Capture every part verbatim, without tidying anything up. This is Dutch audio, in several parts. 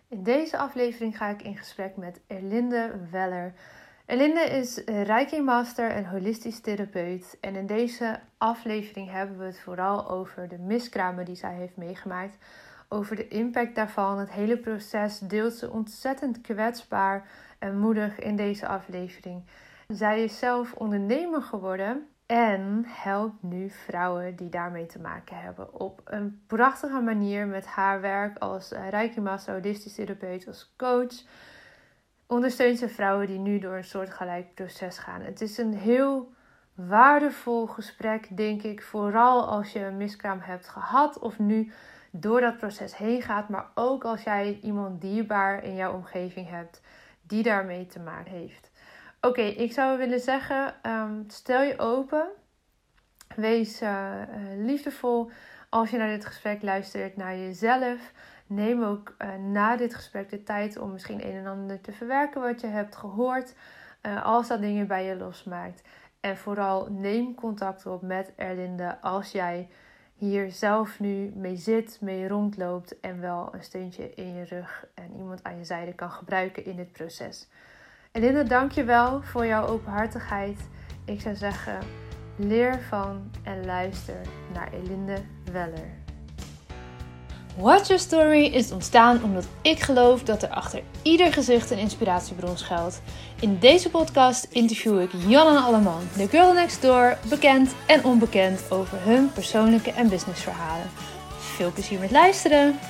In deze aflevering ga ik in gesprek met Erlinde Weller. Erlinde is Reiki Master en holistisch therapeut. En in deze aflevering hebben we het vooral over de miskramen die zij heeft meegemaakt. Over de impact daarvan. Het hele proces deelt ze ontzettend kwetsbaar en moedig in deze aflevering. Zij is zelf ondernemer geworden en helpt nu vrouwen die daarmee te maken hebben op een prachtige manier met haar werk als Reiki Master, holistisch therapeut, als coach. Ondersteunt ze vrouwen die nu door een soortgelijk proces gaan. Het is een heel waardevol gesprek, denk ik. Vooral als je een miskraam hebt gehad of nu door dat proces heen gaat. Maar ook als jij iemand dierbaar in jouw omgeving hebt die daarmee te maken heeft. Oké, okay, ik zou willen zeggen, um, stel je open. Wees uh, uh, liefdevol als je naar dit gesprek luistert, naar jezelf. Neem ook uh, na dit gesprek de tijd om misschien een en ander te verwerken wat je hebt gehoord. Uh, als dat dingen bij je losmaakt. En vooral neem contact op met Erlinde als jij hier zelf nu mee zit, mee rondloopt. En wel een steuntje in je rug en iemand aan je zijde kan gebruiken in dit proces. Erlinde, dank je wel voor jouw openhartigheid. Ik zou zeggen, leer van en luister naar Erlinde Weller. Watch Your Story is ontstaan omdat ik geloof dat er achter ieder gezicht een inspiratiebron schuilt. In deze podcast interview ik Janne Alleman, de girl next door, bekend en onbekend over hun persoonlijke en businessverhalen. Veel plezier met luisteren!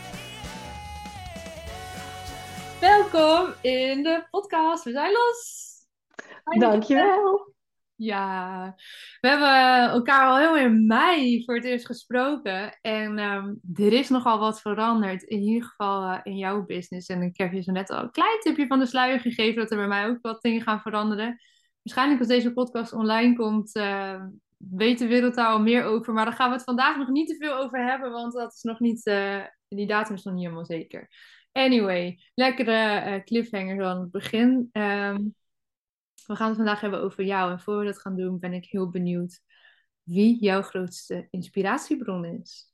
Welkom in de podcast. We zijn los! Dankjewel! Ja, we hebben elkaar al helemaal in mei voor het eerst gesproken. En um, er is nogal wat veranderd. In ieder geval uh, in jouw business. En ik heb je zo net al een klein tipje van de sluier gegeven dat er bij mij ook wat dingen gaan veranderen. Waarschijnlijk als deze podcast online komt, uh, weet de wereld daar al meer over. Maar daar gaan we het vandaag nog niet te veel over hebben, want dat is nog niet, uh, die datum is nog niet helemaal zeker. Anyway, lekkere uh, cliffhanger aan het begin. Um, We gaan het vandaag hebben over jou. En voor we dat gaan doen, ben ik heel benieuwd wie jouw grootste inspiratiebron is.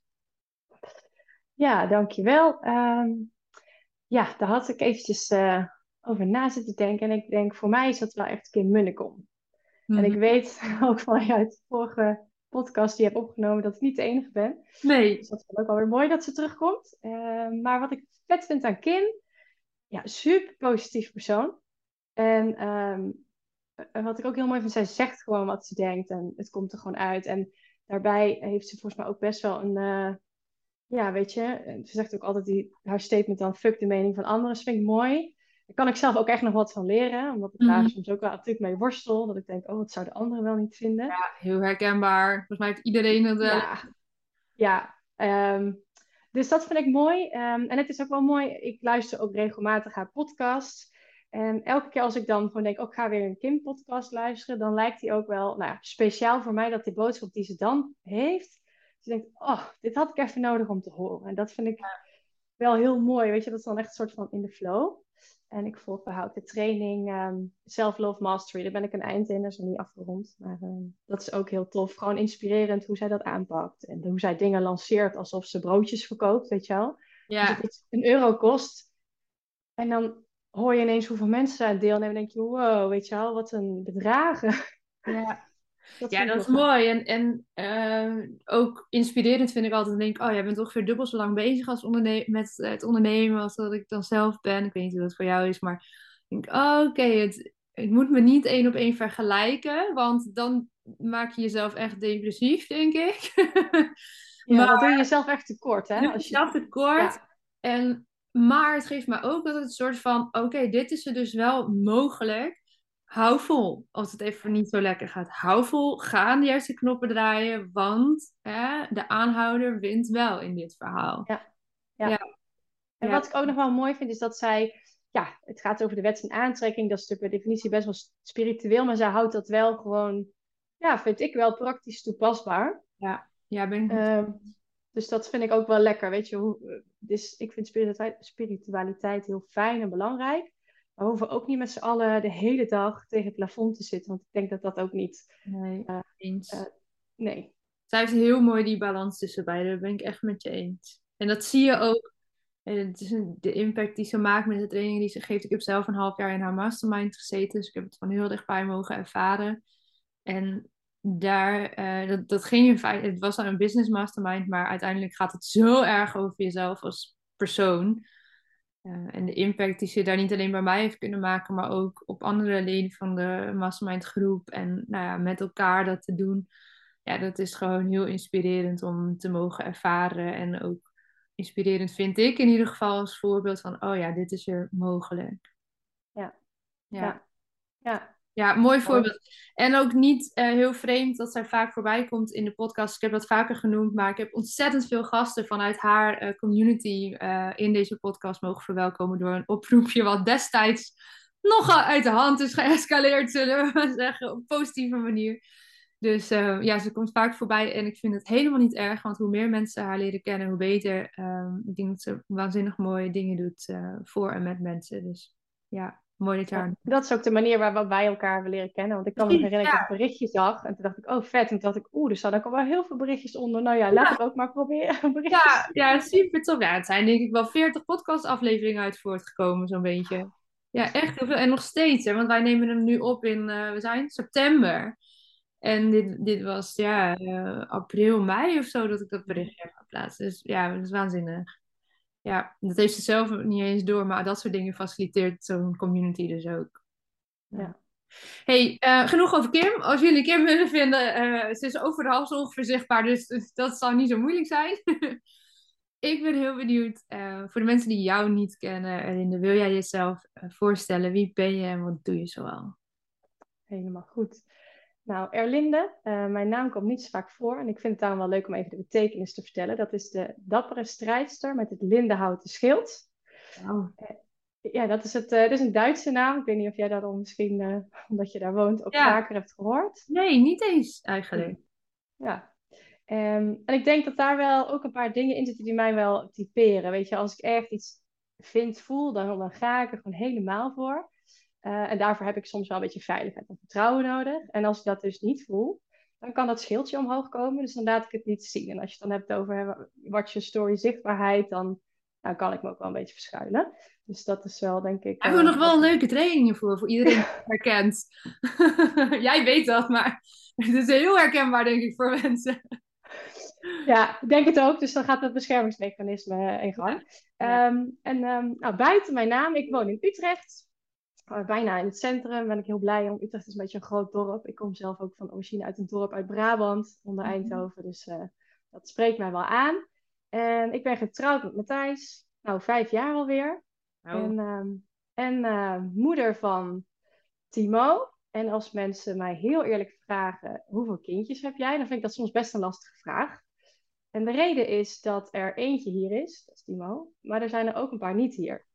Ja, dankjewel. Um, ja, daar had ik eventjes uh, over na zitten denken. En ik denk, voor mij is dat wel echt Kim Munnekom. En ik Mm-hmm. weet ook vanuit de vorige podcast die je hebt opgenomen dat ik niet de enige ben. Nee. Dus dat is ook wel weer mooi dat ze terugkomt. Uh, maar wat ik vet vind aan Kim, ja, super positief persoon. En um, wat ik ook heel mooi vind, zij zegt gewoon wat ze denkt en het komt er gewoon uit. En daarbij heeft ze volgens mij ook best wel een... Uh, Ja, weet je, ze zegt ook altijd die, haar statement dan, fuck de mening van anderen. Dat vind ik mooi. Daar kan ik zelf ook echt nog wat van leren. Omdat ik daar Mm-hmm. soms ook wel natuurlijk mee worstel. Dat ik denk, oh, wat zouden anderen wel niet vinden? Ja, heel herkenbaar. Volgens mij heeft iedereen het wel. Ja, ja. Um, dus dat vind ik mooi. Um, en het is ook wel mooi, ik luister ook regelmatig haar podcast. En elke keer als ik dan gewoon denk, oh, ik ga weer een Kim-podcast luisteren, dan lijkt die ook wel, nou ja, speciaal voor mij dat die boodschap die ze dan heeft. Dus je denkt, oh, dit had ik even nodig om te horen. En dat vind ik wel heel mooi. Weet je, dat is dan echt een soort van in de flow. En ik volg bij haar ook de training um, Self-Love Mastery. Daar ben ik een eind in, dat is nog niet afgerond. Maar um, dat is ook heel tof. Gewoon inspirerend hoe zij dat aanpakt. En hoe zij dingen lanceert alsof ze broodjes verkoopt, weet je wel. Dus Ja. het iets een euro kost. En dan hoor je ineens hoeveel mensen aan deelnemen. En denk je, wow, weet je wel, wat een bedragen. Ja. Dat Ja, vind ik dat heel is gaaf. mooi. En, en uh, ook inspirerend vind ik altijd. Denk, oh, jij bent ongeveer dubbel zo lang bezig als onderne- met het ondernemen als dat ik dan zelf ben. Ik weet niet hoe dat voor jou is, maar ik denk, oh, oké, okay, het, het moet me niet één op één vergelijken, want dan maak je jezelf echt depressief, denk ik. Ja, dat doe je Maar jezelf echt tekort, je hè? doet Als je... jezelf tekort. Ja, En, maar het geeft me ook altijd een soort van, oké, okay, dit is er dus wel mogelijk. Hou vol. Als het even niet zo lekker gaat. Hou vol. Ga aan de juiste knoppen draaien. Want hè, de aanhouder wint wel in dit verhaal. ja, Ja, ja. En ja, wat ik ook nog wel mooi vind, is dat zij, ja, het gaat over de wet van aantrekking. Dat is natuurlijk per definitie best wel spiritueel, maar zij houdt dat wel gewoon, ja, vind ik wel praktisch toepasbaar. ja. Ja, ben ik met... Uh, dus dat vind ik ook wel lekker, weet je. Hoe, dus ik vind spiritualiteit, spiritualiteit heel fijn en belangrijk. Maar we hoeven ook niet met z'n allen de hele dag tegen het plafond te zitten, want ik denk dat dat ook niet, Nee, uh, uh, eens. nee. Zij heeft heel mooi die balans tussen beiden. Daar ben ik echt met je eens. En dat zie je ook. En het is een, de impact die ze maakt met de trainingen die ze geeft. Ik heb zelf een half jaar in haar mastermind gezeten, dus ik heb het van heel dichtbij mogen ervaren. En daar, eh, dat, dat ging in feite, het was al een business mastermind, maar uiteindelijk gaat het zo erg over jezelf als persoon. Uh, en de impact die ze daar niet alleen bij mij heeft kunnen maken, maar ook op andere leden van de mastermind groep. En nou ja, met elkaar dat te doen. Ja, dat is gewoon heel inspirerend om te mogen ervaren. En ook inspirerend vind ik in ieder geval als voorbeeld van, oh ja, dit is er mogelijk. Ja, Ja. ja, ja. Ja, mooi Mooi. voorbeeld. En ook niet uh, heel vreemd dat zij vaak voorbij komt in de podcast. Ik heb dat vaker genoemd, maar ik heb ontzettend veel gasten vanuit haar uh, community uh, in deze podcast mogen verwelkomen door een oproepje wat destijds nogal uit de hand is geëscaleerd, zullen we maar zeggen, op een positieve manier. Dus uh, ja, ze komt vaak voorbij en ik vind het helemaal niet erg, want hoe meer mensen haar leren kennen, hoe beter. Um, ik denk dat ze waanzinnig mooie dingen doet uh, voor en met mensen. Dus ja, mooi dat je haar... Ja, dat is ook de manier waarop wij elkaar hebben leren kennen. Want ik kan me nog herinneren dat ik een berichtje zag. En toen dacht ik, oh vet. En toen dacht ik, oeh, er staan ook al wel heel veel berichtjes onder. Nou ja, laat Ja. ik ook maar proberen berichtjes Ja, te ja, super tof. Ja, het zijn denk ik wel veertig podcastafleveringen uit voortgekomen, zo'n beetje. Ja, echt heel veel. En nog steeds, hè, want wij nemen hem nu op in, uh, we zijn september. En dit, dit was, ja, uh, april, mei of zo dat ik dat berichtje heb geplaatst. Dus ja, dat is waanzinnig. Ja, dat heeft ze zelf niet eens door, maar dat soort dingen faciliteert zo'n community dus ook. Ja. Ja. Hey, uh, genoeg over Kim. Als jullie Kim willen vinden, uh, ze is overal zo ongeveer zichtbaar, dus, dus dat zal niet zo moeilijk zijn. Ik ben heel benieuwd, uh, voor de mensen die jou niet kennen, Erlinde, wil jij jezelf uh, voorstellen? Wie ben je en wat doe je zoal? Helemaal goed. Nou, Erlinde, uh, mijn naam komt niet zo vaak voor. En ik vind het daarom wel leuk om even de betekenis te vertellen. Dat is de dappere strijdster met het lindenhouten schild. Wow. Uh, ja, dat is, het, uh, dat is een Duitse naam. Ik weet niet of jij dat dan misschien, uh, omdat je daar woont, ook Ja. vaker hebt gehoord. Nee, niet eens eigenlijk. Ja. Um, en ik denk dat daar wel ook een paar dingen in zitten die mij wel typeren. Weet je, als ik echt iets vind, voel, dan, dan ga ik er gewoon helemaal voor. Uh, en daarvoor heb ik soms wel een beetje veiligheid en vertrouwen nodig. En als ik dat dus niet voel, dan kan dat schildje omhoog komen. Dus dan laat ik het niet zien. En als je het dan hebt over wat je story zichtbaarheid, dan nou, kan ik me ook wel een beetje verschuilen. Dus dat is wel, denk ik... Daar hebben we uh, nog wel leuke trainingen voor, voor iedereen die het herkent. Jij weet dat, maar het is heel herkenbaar, denk ik, voor mensen. Ja, ik denk het ook. Dus dan gaat het beschermingsmechanisme in gang. Ja. Um, en um, nou, buiten mijn naam, ik woon in Utrecht. Uh, bijna in het centrum. Ben ik heel blij om. Utrecht is een beetje een groot dorp. Ik kom zelf ook van origine uit een dorp uit Brabant, onder Eindhoven. Dus uh, dat spreekt mij wel aan. En ik ben getrouwd met Matthijs. Nou, vijf jaar alweer. Oh. En, um, en uh, moeder van Timo. En als mensen mij heel eerlijk vragen, hoeveel kindjes heb jij? Dan vind ik dat soms best een lastige vraag. En de reden is dat er eentje hier is, dat is Timo. Maar er zijn er ook een paar niet hier.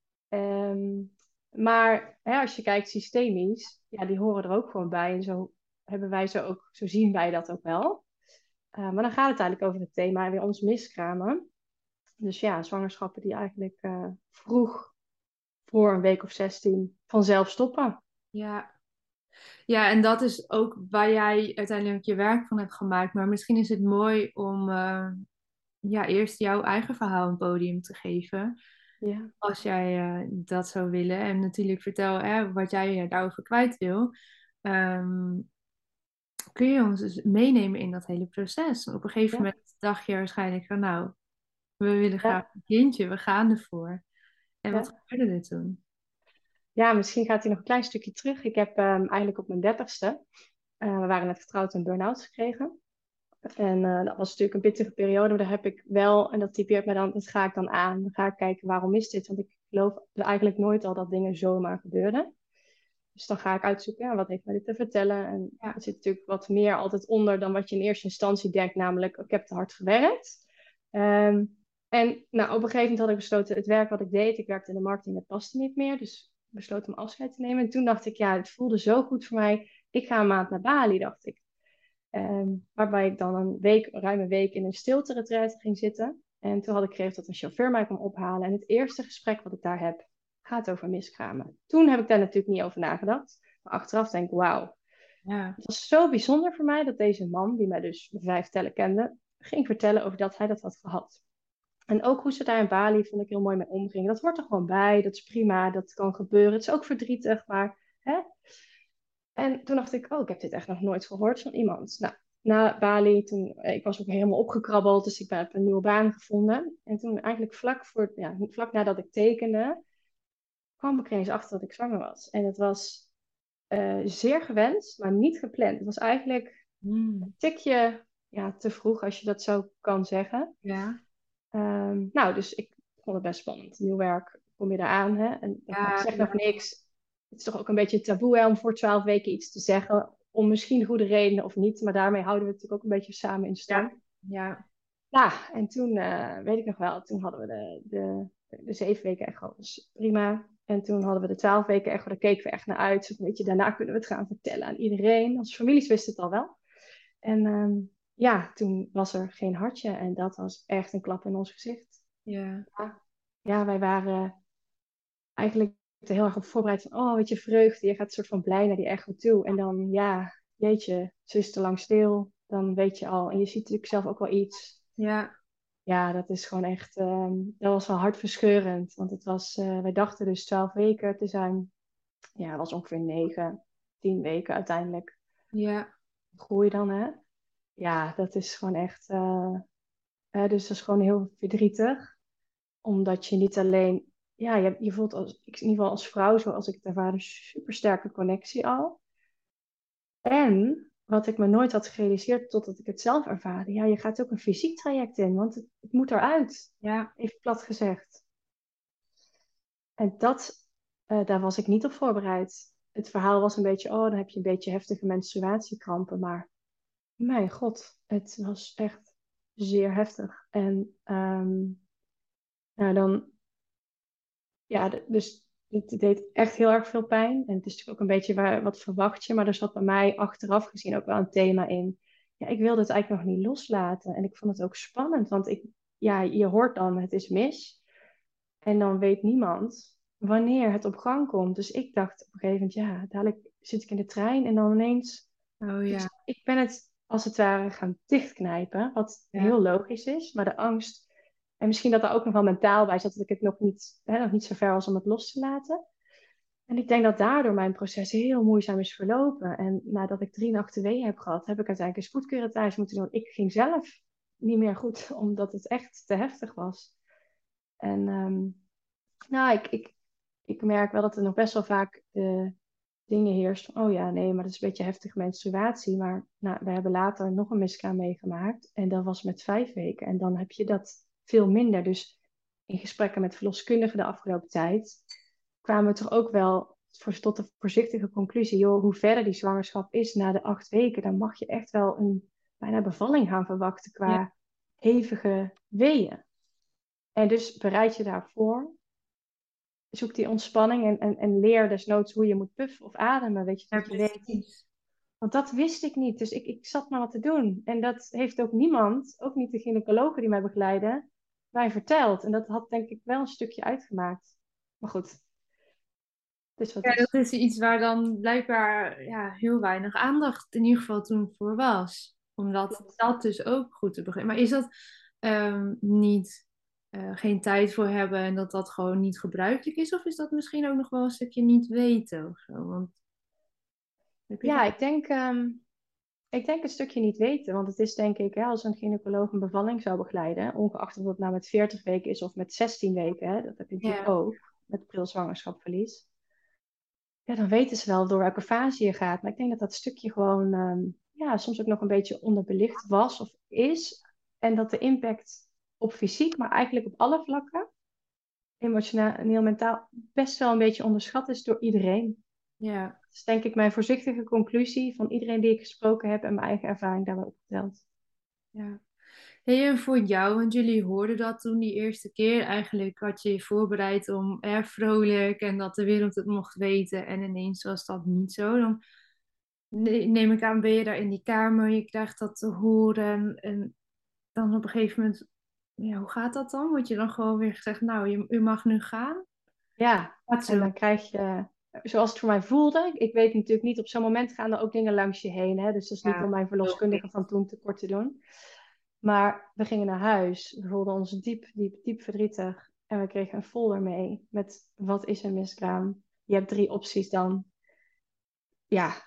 Um, maar hè, als je kijkt systemisch, ja, die horen er ook gewoon bij. En zo hebben wij ze ook, zo zien wij dat ook wel. Uh, maar dan gaat het eigenlijk over het thema weer ons miskramen. Dus ja, zwangerschappen die eigenlijk uh, vroeg, voor een week of zestien, vanzelf stoppen. Ja. Ja, en dat is ook waar jij uiteindelijk je werk van hebt gemaakt. Maar misschien is het mooi om uh, ja, eerst jouw eigen verhaal een podium te geven. Ja. Als jij uh, dat zou willen. En natuurlijk vertel hè, wat jij daarover kwijt wil. Um, kun je ons dus meenemen in dat hele proces? Op een gegeven Ja. moment dacht je waarschijnlijk van nou, we willen graag Ja. een kindje, we gaan ervoor. En Ja. wat gebeurde er toen? Ja, misschien gaat hij nog een klein stukje terug. Ik heb um, eigenlijk op mijn dertigste, uh, we waren net getrouwd en burn-out gekregen. En uh, dat was natuurlijk een pittige periode, maar daar heb ik wel, en dat typeert mij dan, dat ga ik dan aan. Dan ga ik kijken, waarom is dit? Want ik geloof eigenlijk nooit al dat dingen zomaar gebeurden. Dus dan ga ik uitzoeken, ja, wat heeft mij dit te vertellen? En Ja. er zit natuurlijk wat meer altijd onder dan wat je in eerste instantie denkt, namelijk, ik heb te hard gewerkt. Um, en nou, op een gegeven moment had ik besloten, het werk wat ik deed, ik werkte in de marketing, dat paste niet meer. Dus ik besloot om afscheid te nemen. En toen dacht ik, ja, het voelde zo goed voor mij. Ik ga een maand naar Bali, dacht ik. Um, waarbij ik dan een week, ruim een week in een stilte-retreat ging zitten. En toen had ik gegeven dat een chauffeur mij kwam ophalen. En het eerste gesprek wat ik daar heb, gaat over miskramen. Toen heb ik daar natuurlijk niet over nagedacht. Maar achteraf denk ik, wauw. Ja. Het was zo bijzonder voor mij dat deze man, die mij dus vijf tellen kende, ging vertellen over dat hij dat had gehad. En ook hoe ze daar in Bali, vond ik heel mooi mee omgingen. Dat hoort er gewoon bij, dat is prima, dat kan gebeuren. Het is ook verdrietig, maar... Hè? En toen dacht ik, oh, ik heb dit echt nog nooit gehoord van iemand. Nou, na Bali, toen, eh, ik was ook helemaal opgekrabbeld, dus ik heb een nieuwe baan gevonden. En toen eigenlijk vlak, voor, ja, vlak nadat ik tekende, kwam ik er eens achter dat ik zwanger was. En het was eh, zeer gewenst, maar niet gepland. Het was eigenlijk een Mm. tikje ja, te vroeg, als je dat zo kan zeggen. Ja. Ehm, nou, dus ik vond het best spannend. Nieuw werk, kom je eraan, hè? En ik dacht, nou, ik Ja, zeg nog ja, niks. Het is toch ook een beetje taboe, hè, om voor twaalf weken iets te zeggen. Om misschien goede redenen of niet. Maar daarmee houden we het natuurlijk ook een beetje samen in stand. ja, ja, Nou, en toen, eh, weet ik nog wel, toen hadden we de, de, de zeven weken echo. Dus prima. En toen hadden we de twaalf weken echo. Daar keken we echt naar uit. Zo van, weet je, daarna kunnen we het gaan vertellen aan iedereen. Onze families wisten het al wel. En ehm, ja, toen was er geen hartje. En dat was echt een klap in ons gezicht. ja, Ja, ja, wij waren eigenlijk er heel erg op voorbereid van, oh, weet je, vreugde. Je gaat een soort van blij naar die echo toe. En dan, ja, jeetje, ze is te lang stil. Dan weet je al. En je ziet natuurlijk zelf ook wel iets. ja, Ja, dat is gewoon echt, ehm, dat was wel hartverscheurend. Want het was, eh, wij dachten dus twaalf weken te zijn. Ja, het was ongeveer negen, tien weken uiteindelijk. ja, Groei dan, hè? Ja, dat is gewoon echt, eh, eh, dus dat is gewoon heel verdrietig. Omdat je niet alleen, ja, je, je voelt als, ik, in ieder geval als vrouw, zoals ik het ervaar, een supersterke connectie al. En wat ik me nooit had gerealiseerd totdat ik het zelf ervaarde, ja, je gaat ook een fysiek traject in, want het, het moet eruit, ja, even plat gezegd. En dat, eh, daar was ik niet op voorbereid. Het verhaal was een beetje, oh, dan heb je een beetje heftige menstruatiekrampen, maar mijn god, het was echt zeer heftig. En ehm, nou, dan ja, d- dus het deed echt heel erg veel pijn. En het is natuurlijk ook een beetje waar, wat verwacht je. Maar er zat bij mij achteraf gezien ook wel een thema in. Ja, ik wilde het eigenlijk nog niet loslaten. En ik vond het ook spannend. Want ik, ja, je hoort dan, het is mis. En dan weet niemand wanneer het op gang komt. Dus ik dacht op een gegeven moment, ja, dadelijk zit ik in de trein. En dan ineens, oh ja, dus ik ben het als het ware gaan dichtknijpen. Wat ja, heel logisch is. Maar de angst en misschien dat er ook nog wel mentaal bij zat dat ik het nog niet, hè, nog niet zo ver was om het los te laten. En ik denk dat daardoor mijn proces heel moeizaam is verlopen. En nadat ik drie nachten wee heb gehad, heb ik uiteindelijk een spoedkeuring thuis moeten doen. Ik ging zelf niet meer goed, omdat het echt te heftig was. En ehm, nou, ik, ik, ik merk wel dat er nog best wel vaak de dingen heerst van, oh ja, nee, maar dat is een beetje heftige menstruatie. Maar nou, we hebben later nog een miskraam meegemaakt. En dat was met vijf weken. En dan heb je dat veel minder. Dus in gesprekken met verloskundigen de afgelopen tijd kwamen we toch ook wel voor, tot de voorzichtige conclusie, joh, hoe verder die zwangerschap is na de acht weken, dan mag je echt wel een bijna bevalling gaan verwachten ja, qua hevige weeën. En dus bereid je daarvoor. Zoek die ontspanning en, en, en leer desnoods hoe je moet puffen of ademen. Weet je, ja, dat je weet. precies. Want dat wist ik niet. Dus ik, ik zat maar wat te doen. En dat heeft ook niemand, ook niet de gynaecologen die mij begeleiden, mij verteld. En dat had denk ik wel een stukje uitgemaakt. Maar goed, het is wat Ja, het dat is. is iets waar dan blijkbaar ja, heel weinig aandacht in ieder geval toen voor was. Omdat Klopt. dat dus ook goed te begrijpen. Maar is dat ehm, niet eh, geen tijd voor hebben en dat dat gewoon niet gebruikelijk is? Of is dat misschien ook nog wel een stukje niet weten of zo? Want heb je Ja, dat? ik denk, ehm, ik denk een stukje niet weten. Want het is denk ik, hè, als een gynaecoloog een bevalling zou begeleiden, ongeacht of het nou met veertig weken is of met zestien weken, hè, dat heb je natuurlijk Ja, ook, met pril zwangerschapverlies. Ja, dan weten ze wel door welke fase je gaat. Maar ik denk dat dat stukje gewoon ehm, ja, soms ook nog een beetje onderbelicht was of is. En dat de impact op fysiek, maar eigenlijk op alle vlakken, emotioneel, mentaal, best wel een beetje onderschat is door iedereen. ja. Dat is denk ik mijn voorzichtige conclusie van iedereen die ik gesproken heb en mijn eigen ervaring daarbij opgeteld. Ja. Hey, en voor jou, want jullie hoorden dat toen die eerste keer. Eigenlijk had je je voorbereid om er vrolijk en dat de wereld het mocht weten. En ineens was dat niet zo. Dan ne- neem ik aan, ben je daar in die kamer, je krijgt dat te horen. En dan op een gegeven moment, ja, hoe gaat dat dan? Word je dan gewoon weer gezegd, nou, je, u mag nu gaan? Ja, Gaat en zo. dan krijg je, zoals het voor mij voelde, ik weet natuurlijk niet, op zo'n moment gaan er ook dingen langs je heen. Hè? Dus dat is niet om Ja, mijn verloskundige logisch. van toen tekort te doen. Maar we gingen naar huis. We voelden ons diep, diep, diep verdrietig. En we kregen een folder mee met wat is een miskraam. Je hebt drie opties dan. Ja.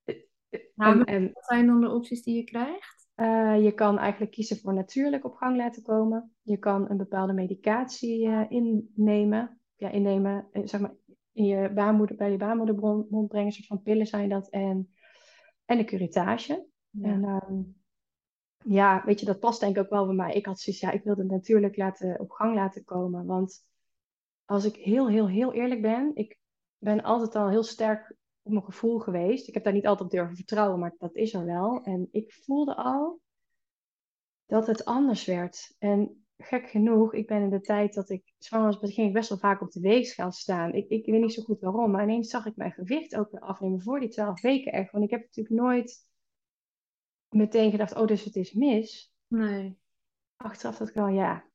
Nou, En, maar en wat zijn dan de opties die je krijgt? uh, je kan eigenlijk kiezen voor natuurlijk op gang laten komen. Je kan een bepaalde medicatie uh, innemen. Ja, innemen, uh, zeg maar, in je baarmoeder, bij je baarmoedermond brengen. Een soort van pillen zijn dat. En, en een curettage. Ja. En um, ja, weet je, dat past denk ik ook wel bij mij. Ik had zoiets, ja, ik wilde het natuurlijk laten, op gang laten komen. Want als ik heel, heel, heel eerlijk ben, ik ben altijd al heel sterk op mijn gevoel geweest. Ik heb daar niet altijd op durven vertrouwen, maar dat is er wel. En ik voelde al dat het anders werd. En gek genoeg, ik ben in de tijd dat ik zwanger was, ging ik best wel vaak op de weegschaal staan. Ik, ik weet niet zo goed waarom, maar ineens zag ik mijn gewicht ook weer afnemen voor die twaalf weken echt. Want ik heb natuurlijk nooit meteen gedacht, oh, dus het is mis. Nee, Achteraf dacht ik wel, ja,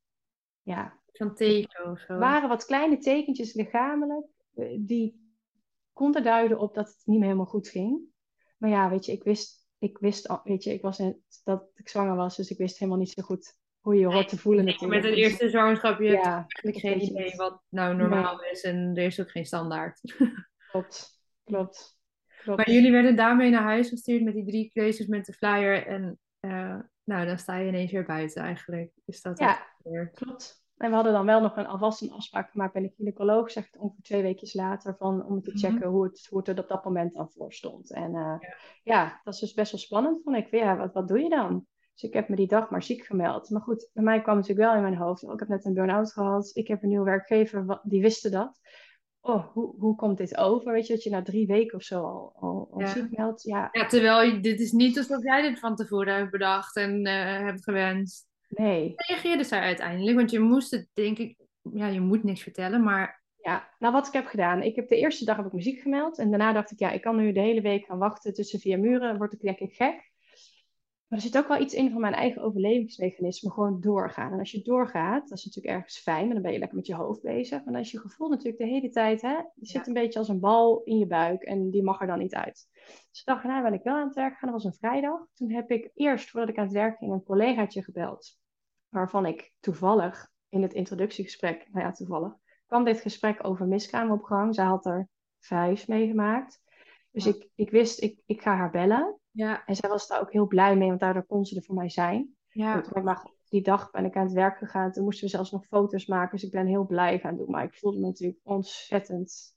ja. van Ik, teken of er zo. waren wat kleine tekentjes lichamelijk eh, die konden duiden op dat het niet meer helemaal goed ging. Maar ja, weet je, ik wist, ik wist, al- weet je, ik was net dat ik zwanger was, dus ik wist helemaal niet zo goed hoe je je hoort te voelen Zeker met natuurlijk. het Dus eerste zwangerschap, je hebt ja, eigenlijk dat geen weet je idee niet. wat nou normaal Nee, is en er is ook geen standaard. klopt, klopt, Maar klopt. jullie werden daarmee naar huis gestuurd met die drie keuzes met de flyer en eh, nou, dan sta je ineens weer buiten eigenlijk. Is dat wat er Ja, gebeurt? klopt. En we hadden dan wel nog een, alvast een afspraak gemaakt bij de gynaecoloog, zeg ik ongeveer twee weken later, van, om te Mhm. checken hoe het, hoe het er op dat moment dan voor stond. En uh, Ja. ja, dat is dus best wel spannend, vond ik. Ja, wat, wat doe je dan? Dus ik heb me die dag maar ziek gemeld. Maar goed, bij mij kwam het natuurlijk wel in mijn hoofd. Oh, ik heb net een burn-out gehad. Ik heb een nieuwe werkgever, wat, die wisten dat. Oh, hoe, hoe komt dit over? Weet je, dat je na drie weken of zo al, al, al Ja. ziek meldt. Ja, Ja, terwijl je- dit is niet alsof jij dit van tevoren hebt bedacht en eh, hebt gewenst. nee. Reageerde zij uiteindelijk? Want je moest het, denk ik, ja, je moet niks vertellen, maar Ja, nou wat ik heb gedaan. Ik heb de eerste dag heb ik muziek gemeld. En daarna dacht ik, ja, ik kan nu de hele week gaan wachten tussen vier muren. Dan word ik denk ik gek. Maar er zit ook wel iets in van mijn eigen overlevingsmechanisme. Gewoon doorgaan. En als je doorgaat, dat is natuurlijk ergens fijn. Maar dan ben je lekker met je hoofd bezig. Maar dan is je gevoel natuurlijk de hele tijd, hè. Die zit ja. een beetje als een bal in je buik. En die mag er dan niet uit. Dus de dag daarna ben ik wel aan het werk gegaan. Dat was een vrijdag. Toen heb ik eerst, voordat ik aan het werk ging, een collegaatje gebeld. Waarvan ik toevallig in het introductiegesprek, nou ja, toevallig kwam dit gesprek over miskraam op gang. Zij had er vijf meegemaakt. Dus ik, ik wist, ik, ik ga haar bellen. Ja, En zij was daar ook heel blij mee, want daardoor kon ze er voor mij zijn. En ja, toen ben ik maar die dag ben ik aan het werk gegaan. Toen moesten we zelfs nog foto's maken. Dus ik ben heel blij gaan doen. Maar ik voelde me natuurlijk ontzettend,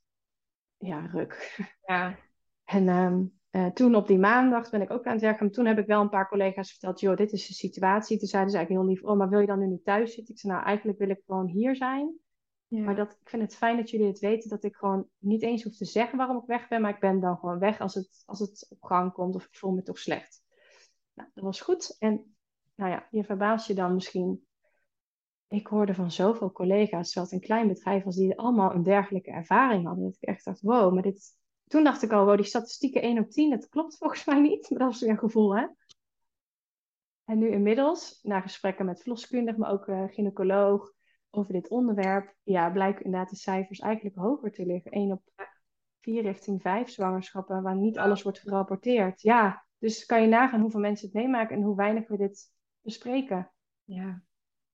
ja, ruk. ja, En ehm, eh, toen op die maandag ben ik ook aan het werken. En toen heb ik wel een paar collega's verteld, joh, dit is de situatie. Toen zeiden ze eigenlijk heel lief, oh, maar wil je dan nu niet thuis zitten? Ik zei, nou, eigenlijk wil ik gewoon hier zijn. Maar ja, dat, ik vind het fijn dat jullie het weten, dat ik gewoon niet eens hoef te zeggen waarom ik weg ben, maar ik ben dan gewoon weg als het, als het op gang komt of ik voel me toch slecht. Nou, dat was goed. En nou ja, je verbaast je dan misschien. Ik hoorde van zoveel collega's, terwijl het een klein bedrijf was, die allemaal een dergelijke ervaring hadden. Dat ik echt dacht, wow, maar dit... Toen dacht ik al, wow, die statistieken één op tien, dat klopt volgens mij niet. Maar dat was weer een gevoel, hè. En nu inmiddels, na gesprekken met verloskundige, maar ook uh, gynaecoloog, over dit onderwerp, ja, blijken inderdaad de cijfers eigenlijk hoger te liggen. één op vier richting vijf zwangerschappen, waar niet alles wordt gerapporteerd. Ja, dus kan je nagaan hoeveel mensen het meemaken en hoe weinig we dit bespreken. ja.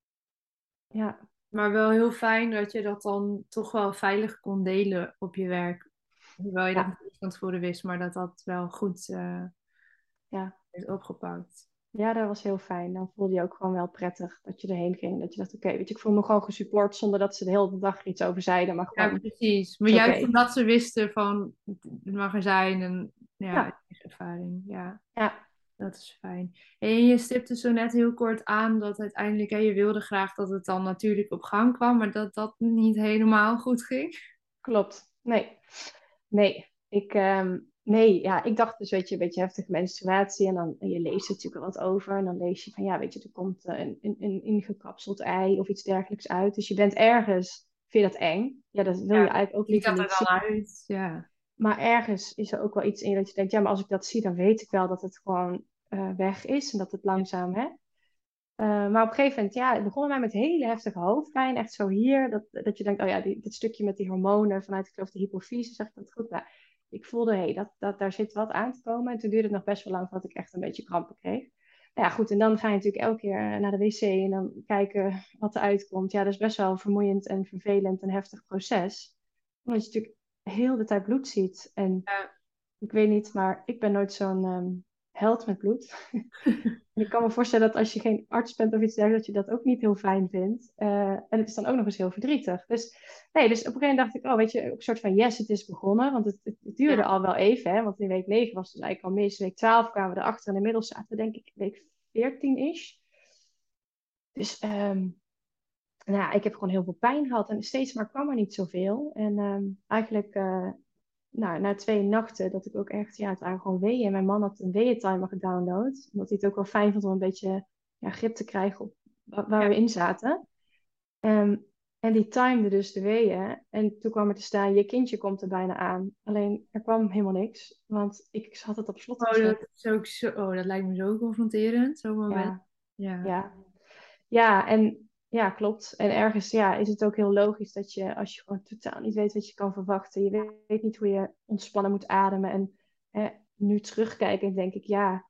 Ja, Maar wel heel fijn dat je dat dan toch wel veilig kon delen op je werk. Hoewel je dat ja, niet van tevoren wist, maar dat dat wel goed eh, ja. is opgepakt. Ja, dat was heel fijn. Dan voelde je ook gewoon wel prettig dat je erheen ging. Dat je dacht, oké, weet je, ik voel me gewoon gesupport zonder dat ze de hele dag er iets over zeiden. Maar Ja, gewoon, het precies. Maar is juist oké. omdat ze wisten van het mag er zijn en ja, Ja, ervaring. Ja, ja, dat is fijn. En je stipte zo net heel kort aan dat uiteindelijk, hè, je wilde graag dat het dan natuurlijk op gang kwam, maar dat dat niet helemaal goed ging. klopt. Nee, nee. Ik, ehm, nee, ja, ik dacht dus, weet je, een beetje heftige menstruatie. En dan en je leest er natuurlijk wel wat over. En dan lees je van, ja, weet je, er komt eh, een, een, een ingekapseld ei of iets dergelijks uit. Dus je bent ergens, vind je dat eng? Ja, dat wil je Ja, eigenlijk ook ziet liever dat er niet zien. dan uit? Ja. Maar ergens is er ook wel iets in dat je denkt, ja, maar als ik dat zie, dan weet ik wel dat het gewoon eh, weg is. En dat het Ja. langzaam, hè. Uh, maar op een gegeven moment, ja, het begon bij mij met hele heftige hoofdpijn. Echt zo hier, dat, dat je denkt, oh ja, die, dit stukje met die hormonen vanuit, ik geloof, de hypofyse, zeg ik dat goed? Maar ik voelde, hé, hey, dat, dat, daar zit wat aan te komen. En toen duurde het nog best wel lang voordat ik echt een beetje krampen kreeg. ja, goed, en dan ga je natuurlijk elke keer naar de wc en dan kijken wat er uitkomt. Ja, dat is best wel een vermoeiend en vervelend en heftig proces. Omdat je natuurlijk heel de tijd bloed ziet. En Ja. ik weet niet, maar ik ben nooit zo'n ehm, held met bloed. En ik kan me voorstellen dat als je geen arts bent of iets dergelijks, dat je dat ook niet heel fijn vindt. Eh, en het is dan ook nog eens heel verdrietig. Dus, nee, dus op een gegeven moment dacht ik, oh, weet je, ook een soort van yes, het is begonnen. Want het, het, het duurde Ja. al wel even, hè. Want in week negen was het dus eigenlijk al mis. Week twaalf kwamen we erachter en inmiddels zaten we denk ik week veertien is. Dus ehm, nou, ja, ik heb gewoon heel veel pijn gehad en steeds maar kwam er niet zoveel. En ehm, eigenlijk eh, nou, na twee nachten dat ik ook echt, ja, het waren gewoon weeën. Mijn man had een weeëntimer gedownload, omdat hij het ook wel fijn vond om een beetje ja, grip te krijgen op wa- waar Ja. we in zaten. Ehm, en die timede dus de weeën. En toen kwam er te staan, je kindje komt er bijna aan. Alleen, er kwam helemaal niks, want ik had het op slot Oh, gezet. dat is ook zo, oh, dat lijkt me zo confronterend, zo'n moment. Ja, Ja. ja. Ja, en ja, klopt. En ergens ja, is het ook heel logisch dat je, als je gewoon totaal niet weet wat je kan verwachten, je weet, weet niet hoe je ontspannen moet ademen. En hè, nu terugkijkend denk ik, ja,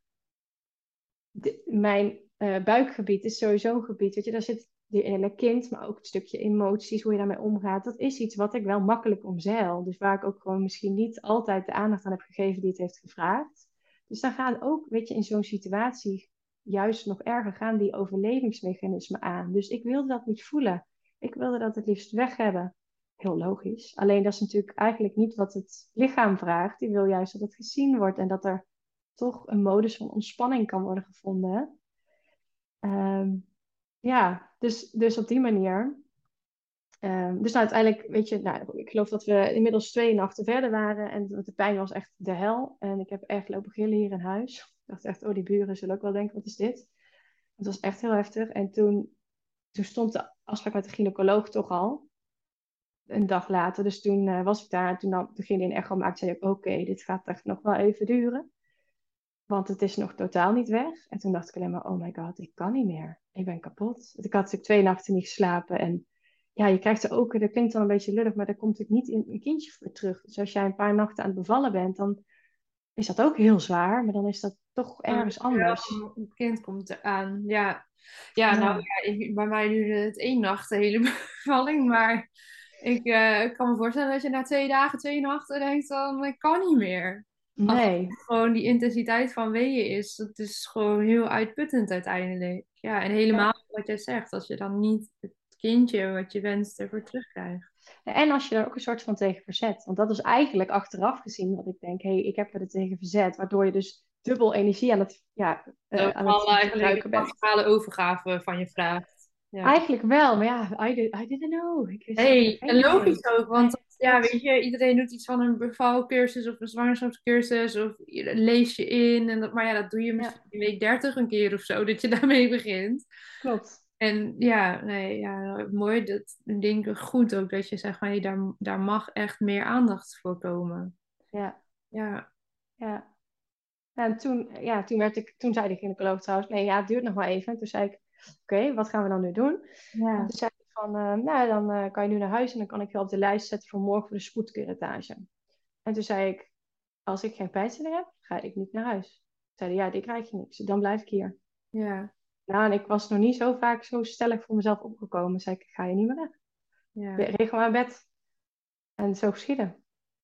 de- mijn eh, buikgebied is sowieso een gebied. Weet je, daar zit die ene kind, maar ook het stukje emoties, hoe je daarmee omgaat. Dat is iets wat ik wel makkelijk omzeil. Dus waar ik ook gewoon misschien niet altijd de aandacht aan heb gegeven die het heeft gevraagd. Dus dan gaan ook, weet je, in zo'n situatie juist nog erger gaan die overlevingsmechanismen aan. Dus ik wilde dat niet voelen. Ik wilde dat het liefst weg hebben. Heel logisch. Alleen dat is natuurlijk eigenlijk niet wat het lichaam vraagt. Die wil juist dat het gezien wordt en dat er toch een modus van ontspanning kan worden gevonden. Ehm, ja, dus, dus op die manier. Ehm, dus nou, uiteindelijk, weet je, nou, ik geloof dat we inmiddels twee nachten verder waren en de pijn was echt de hel. En ik heb echt lopen gillen hier in huis. Ik dacht echt, oh, die buren zullen ook wel denken, wat is dit? Het was echt heel heftig. En toen, toen stond de afspraak met de gynaecoloog toch al, een dag later. Dus toen eh, was ik daar en toen, dan, toen ging hij een echo maken. Zei ik, oké, dit gaat echt nog wel even duren. Want het is nog totaal niet weg. En toen dacht ik alleen maar, oh my god, ik kan niet meer. Ik ben kapot. Ik had natuurlijk twee nachten niet geslapen. En ja, je krijgt er ook, dat klinkt dan een beetje lullig, maar daar komt het niet in een kindje voor terug. Dus als jij een paar nachten aan het bevallen bent, dan is dat ook heel zwaar. Maar dan is dat toch Dan ergens weet je wel, anders. van, het kind komt eraan. Ja, ja nou Ja, ja, ik- bij mij duurde het één nacht de hele bevalling. Maar ik, eh, ik kan me voorstellen dat je na twee dagen, twee nachten denkt van, ik kan niet meer. Als nee. het gewoon die intensiteit van weeën is, dat is gewoon heel uitputtend uiteindelijk. Ja, en helemaal Ja. wat jij zegt, als je dan niet het kindje wat je wenst ervoor terugkrijgt. En als je daar ook een soort van tegen verzet. Want dat is eigenlijk achteraf gezien wat ik denk, hé, hey, ik heb er tegen verzet. Waardoor je dus dubbel energie aan het, ja, Dat eh, aan het al eigenlijk een gebruiken bent. maximale overgave van je vraagt. Ja. Eigenlijk wel, maar ja, I, did, I didn't know. Ik wist er Hey, geen en idee. logisch ook, want Nee, dat- ja, klopt. weet je, iedereen doet iets van een bevalcursus of een zwangerschapscursus of je lees je in. En dat, maar ja, dat doe je misschien Ja, in week dertig een keer of zo, dat je daarmee begint. klopt. En ja, nee, ja, mooi, dat ik denk goed ook dat je zegt van, hey, daar, daar mag echt meer aandacht voor komen. Ja, Ja, ja. En toen, ja, toen, werd ik, toen zei de gynaecoloog trouwens, nee, ja, het duurt nog maar even. En toen zei ik, oké, wat gaan we dan nu doen? En ja, toen zei ik van, eh, nou, dan eh, kan je nu naar huis en dan kan ik je op de lijst zetten voor morgen voor de spoedcuratage. En toen zei ik, als ik geen pijnstiller heb, ga ik niet naar huis. Zeiden, ja, die krijg je niet, dus dan blijf ik hier. ja, Nou, en ik was nog niet zo vaak zo stellig voor mezelf opgekomen. Zei ik, ik ga je niet meer weg. ja. Regel maar bed. En zo geschieden.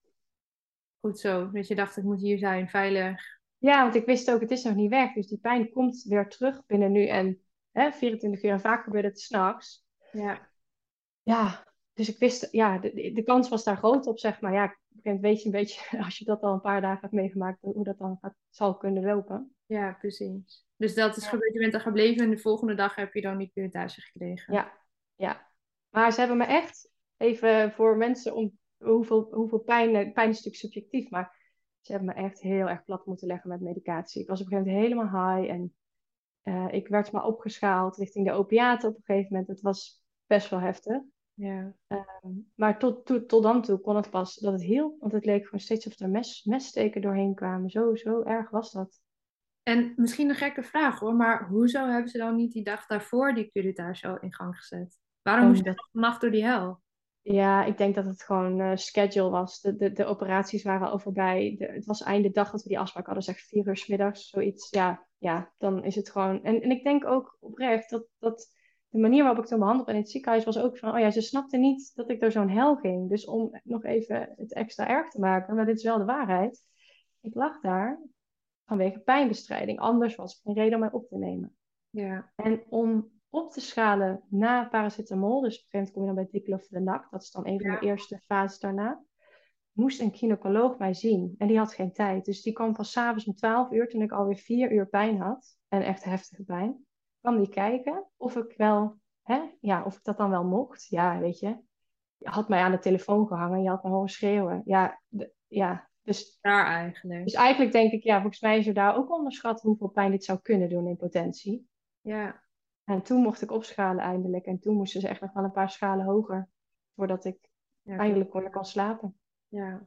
Goed zo. Dat je dacht, ik moet hier zijn, veilig. Ja, want ik wist ook, het is nog niet weg. Dus die pijn komt weer terug binnen nu en hè, vierentwintig uur. En vaak gebeurt het s'nachts. Ja, Ja, dus ik wist, ja, de, de de kans was daar groot op, zeg maar. Ja, op een gegeven moment weet je een beetje, als je dat al een paar dagen hebt meegemaakt, hoe dat dan gaat, zal kunnen lopen. ja, precies. Dus dat is Ja. gebeurd, je bent er gebleven en de volgende dag heb je dan die pilotage gekregen. Ja, ja. Maar ze hebben me echt, even voor mensen om hoeveel, hoeveel pijn, pijn is natuurlijk subjectief, maar ze hebben me echt heel erg plat moeten leggen met medicatie. Ik was op een gegeven moment helemaal high en eh, ik werd maar opgeschaald richting de opiaten op een gegeven moment. Het was best wel heftig. Ja. Ehm, maar tot, tot, tot dan toe kon het pas dat het hielp, want het leek gewoon steeds of er mes, messteken doorheen kwamen. Zo, zo erg was dat. En misschien een gekke vraag hoor, maar hoezo hebben ze dan niet die dag daarvoor die curettage al in gang gezet? Waarom moest je Omdat nog een nacht door die hel? Ja, ik denk dat het gewoon eh, schedule was. De, de, de operaties waren al voorbij. De, het was einde dag dat we die afspraak hadden, zeg vier uur 's middags, zoiets. Ja, ja, dan is het gewoon. En, en ik denk ook oprecht dat, dat de manier waarop ik toen behandeld ben in het ziekenhuis was ook van, oh ja, ze snapte niet dat ik door zo'n hel ging. Dus om nog even het extra erg te maken, maar dit is wel de waarheid. Ik lag daar vanwege pijnbestrijding. Anders was er geen reden om mij op te nemen. Ja. En om op te schalen na paracetamol, dus op een gegeven moment kom je dan bij diclofenac, dat is dan een van de Ja. eerste fases daarna, moest een gynaecoloog mij zien. En die had geen tijd. Dus die kwam pas 's avonds om twaalf uur, toen ik alweer vier uur pijn had, en echt heftige pijn, kwam die kijken of ik wel, hè, ja, of ik dat dan wel mocht. Ja, weet je, je had mij aan de telefoon gehangen, je had me horen schreeuwen. Ja, de- ja, dus, Daar dus eigenlijk. eigenlijk denk ik, ja, volgens mij is er daar ook onderschat hoeveel pijn dit zou kunnen doen in potentie. Ja. En toen mocht ik opschalen eindelijk. En toen moesten ze echt nog wel een paar schalen hoger. Voordat ik Ja, klopt. eindelijk weer kon slapen. Ja.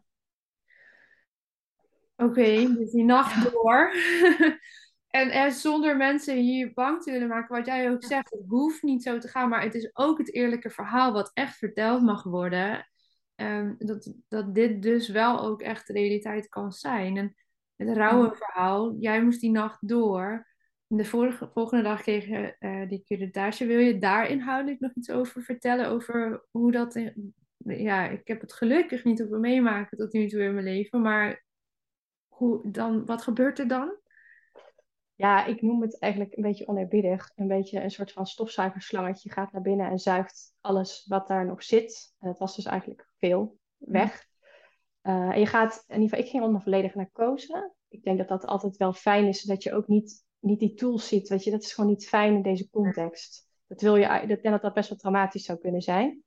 Oké, dus die nacht Ja, door. En, en zonder mensen hier bang te willen maken, wat jij ook zegt, het hoeft niet zo te gaan, maar het is ook het eerlijke verhaal wat echt verteld mag worden. Ehm, dat, dat dit dus wel ook echt de realiteit kan zijn. En het rauwe ja. verhaal, jij moest die nacht door. En de vorige, volgende dag kreeg je eh, die curettage. Wil je daar inhoudelijk nog iets over vertellen? Over hoe dat... in- ja, ik heb het gelukkig niet op meemaken tot nu toe in mijn leven, maar hoe, dan, wat gebeurt er dan? Ja, ik noem het eigenlijk een beetje oneerbiedig. Een beetje een soort van stofzuigerslangetje gaat naar binnen en zuigt alles wat daar nog zit. En dat was dus eigenlijk veel Mhm. weg. Eh, en je gaat, in ieder geval, ik ging onder volledige narcose. Ik denk dat dat altijd wel fijn is, dat je ook niet, niet die tools ziet. Weet je, dat is gewoon niet fijn in deze context. Dat wil je, ik denk dat dat best wel traumatisch zou kunnen zijn.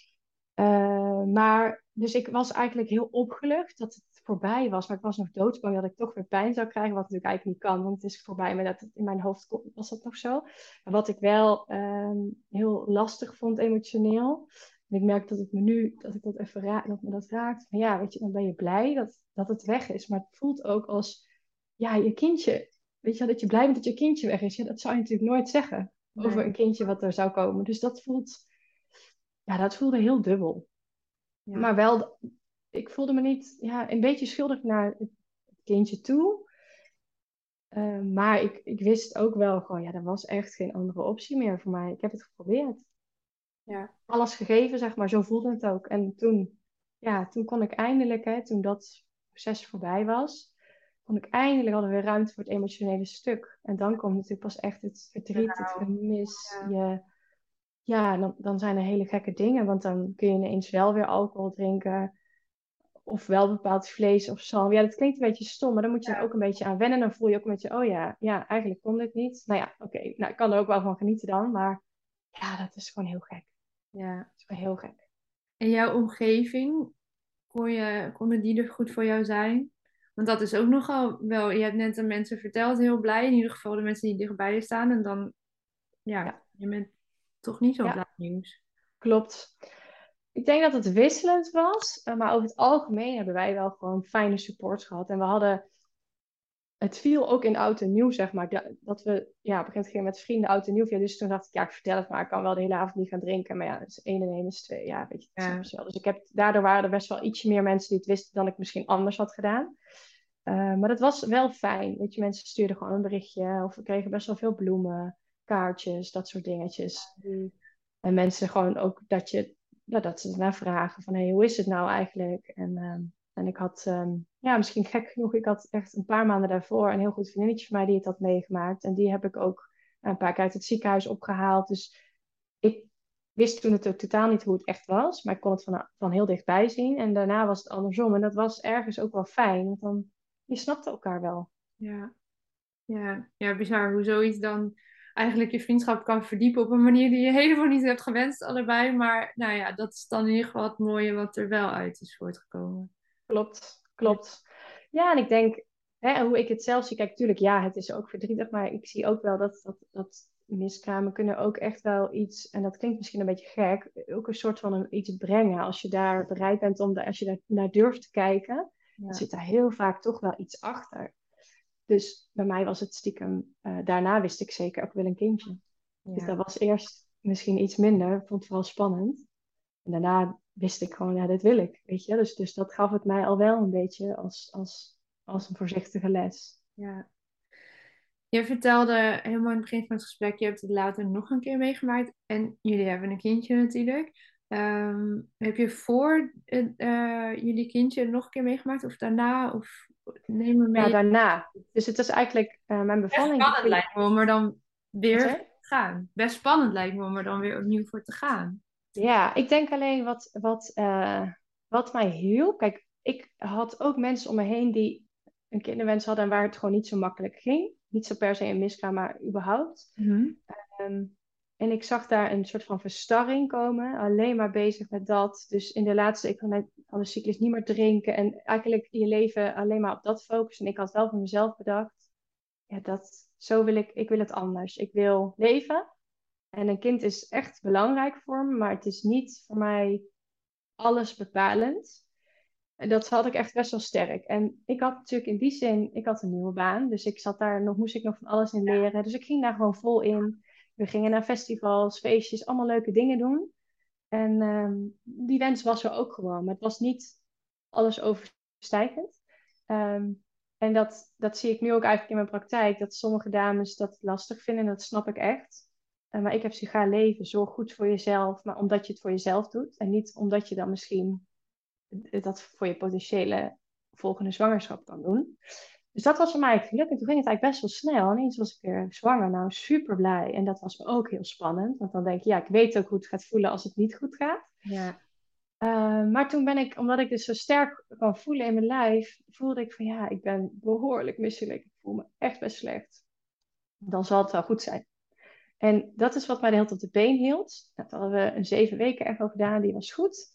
Eh, maar, dus ik was eigenlijk heel opgelucht dat het voorbij was. Maar ik was nog doodsbang dat ik toch weer pijn zou krijgen. Wat natuurlijk eigenlijk niet kan, want het is voorbij. Maar dat, in mijn hoofd was dat nog zo. Maar wat ik wel ehm, heel lastig vond emotioneel. En ik merk dat ik me nu, dat ik dat even raak, dat me dat raakt. Van ja, weet je, dan ben je blij dat, dat het weg is. Maar het voelt ook als, ja, je kindje. Weet je wel, dat je blij bent dat je kindje weg is. Ja, dat zou je natuurlijk nooit zeggen over Nee. een kindje wat er zou komen. Dus dat voelt, ja, dat voelde heel dubbel. Ja. Maar wel, ik voelde me niet, ja, een beetje schuldig naar het kindje toe. Eh, maar ik, ik wist ook wel gewoon, ja, er was echt geen andere optie meer voor mij. Ik heb het geprobeerd. Ja. Alles gegeven, zeg maar, zo voelde het ook. En toen, ja, toen kon ik eindelijk, hè, toen dat proces voorbij was, kon ik eindelijk, hadden we weer ruimte voor het emotionele stuk. En dan komt natuurlijk pas echt het verdriet, het Nou, gemis. ja. Je, ja, dan, dan zijn er hele gekke dingen, want dan kun je ineens wel weer alcohol drinken. Of wel bepaald vlees of zalm. Ja, dat klinkt een beetje stom, maar dan moet je dan ook een beetje aan wennen. Dan voel je ook een beetje, oh ja, ja, eigenlijk kon dit niet. Nou ja, oké, nou, ik kan er ook wel van genieten dan. Maar ja, dat is gewoon heel gek. Ja. Dat is gewoon heel gek. En jouw omgeving, kon je, konden die er goed voor jou zijn? Want dat is ook nogal wel, je hebt net aan mensen verteld, heel blij. In ieder geval de mensen die dichtbij je staan. En dan, ja, Ja, je bent toch niet zo blij ja, nieuws. klopt. Ik denk dat het wisselend was, eh, maar over het algemeen hebben wij wel gewoon fijne support gehad. En we hadden het viel ook in oud en nieuw, zeg maar. Da- Dat we, ja, op een gegeven moment gingen met vrienden oud en nieuw vieren. Dus toen dacht ik, ja, ik vertel het maar. Ik kan wel de hele avond niet gaan drinken. Maar ja, dus één en één is twee. Ja, weet je, dat snap Ja. je wel. Dus ik heb, daardoor waren er best wel ietsje meer mensen die het wisten dan ik misschien anders had gedaan. Eh, maar dat was wel fijn. Weet je, mensen stuurden gewoon een berichtje. Of we kregen best wel veel bloemen, kaartjes, dat soort dingetjes. En mensen gewoon ook dat je, nou, dat ze ernaar vragen van, hey, hoe is het nou eigenlijk? En, ehm, en ik had, ehm, ja, misschien gek genoeg, ik had echt een paar maanden daarvoor een heel goed vriendinnetje van mij die het had meegemaakt. En die heb ik ook een paar keer uit het ziekenhuis opgehaald. Dus ik wist toen het ook totaal niet hoe het echt was, maar ik kon het van, van heel dichtbij zien. En daarna was het andersom. En dat was ergens ook wel fijn, want dan, je snapte elkaar wel. Ja. Ja. Ja, bizar hoe zoiets dan eigenlijk je vriendschap kan verdiepen op een manier die je helemaal niet hebt gewenst, allebei. Maar nou ja, dat is dan in ieder geval het mooie wat er wel uit is voortgekomen. Klopt, Ja. klopt. Ja, en ik denk, hè, hoe ik het zelf zie, kijk, tuurlijk, ja, het is ook verdrietig, maar ik zie ook wel dat, dat, dat miskramen kunnen ook echt wel iets, en dat klinkt misschien een beetje gek, ook een soort van een, iets brengen. Als je daar bereid bent om, daar, als je daar naar durft te kijken, dan Ja. zit daar heel vaak toch wel iets achter. Dus bij mij was het stiekem, eh, daarna wist ik zeker, ook wel een kindje. Dus Ja. dat was eerst misschien iets minder, ik vond het vooral spannend. En daarna wist ik gewoon, ja, dit wil ik, weet je. Dus, dus dat gaf het mij al wel een beetje als, als, als een voorzichtige les. Ja. Je vertelde helemaal in het begin van het gesprek, je hebt het later nog een keer meegemaakt. En jullie hebben een kindje natuurlijk. Ehm, heb je voor eh, eh, jullie kindje nog een keer meegemaakt? Of daarna? Of neem me Ja, mee. daarna. Dus het is eigenlijk, uh, mijn Best bevalling, die spannend ging... lijkt me om er dan Wat weer zei voor je? te gaan. Best spannend lijkt me om er dan weer opnieuw voor te gaan. Ja, ik denk alleen wat, wat, eh, wat mij hielp. Kijk, ik had ook mensen om me heen die een kinderwens hadden en waar het gewoon niet zo makkelijk ging. Niet zo per se een miskraam, maar überhaupt. Mhm. Ehm, en ik zag daar een soort van verstarring komen, alleen maar bezig met dat. Dus in de laatste, ik van de cyclus niet meer drinken en eigenlijk je leven alleen maar op dat focussen. En ik had wel voor mezelf bedacht, ja, dat, zo wil ik, ik wil het anders. Ik wil leven en een kind is echt belangrijk voor me, maar het is niet voor mij alles bepalend. En dat had ik echt best wel sterk. En ik had natuurlijk in die zin, ik had een nieuwe baan. Dus ik zat daar nog, moest ik nog van alles in leren. Dus ik ging daar gewoon vol in. We gingen naar festivals, feestjes, allemaal leuke dingen doen. En ehm, die wens was er ook gewoon. Maar het was niet alles overstijgend. Ehm, en dat, dat zie ik nu ook eigenlijk in mijn praktijk. Dat sommige dames dat lastig vinden. Dat snap ik echt. Eh, maar ik heb ze ga leven. Zorg goed voor jezelf. Maar omdat je het voor jezelf doet. En niet omdat je dan misschien dat voor je potentiële volgende zwangerschap kan doen. Dus dat was voor mij gelukkig. En toen ging het eigenlijk best wel snel. Ineens was ik weer zwanger. Nou, super blij. En dat was me ook heel spannend. Want dan denk je, ja, ik weet ook hoe het gaat voelen als het niet goed gaat. Ja. Uh, maar toen ben ik, omdat ik dus zo sterk kan voelen in mijn lijf, voelde ik van ja, ik ben behoorlijk misselijk. Ik voel me echt best slecht. Dan zal het wel goed zijn. En dat is wat mij de hele tijd op de been hield. Dat hadden we een zeven weken echo gedaan, die was goed.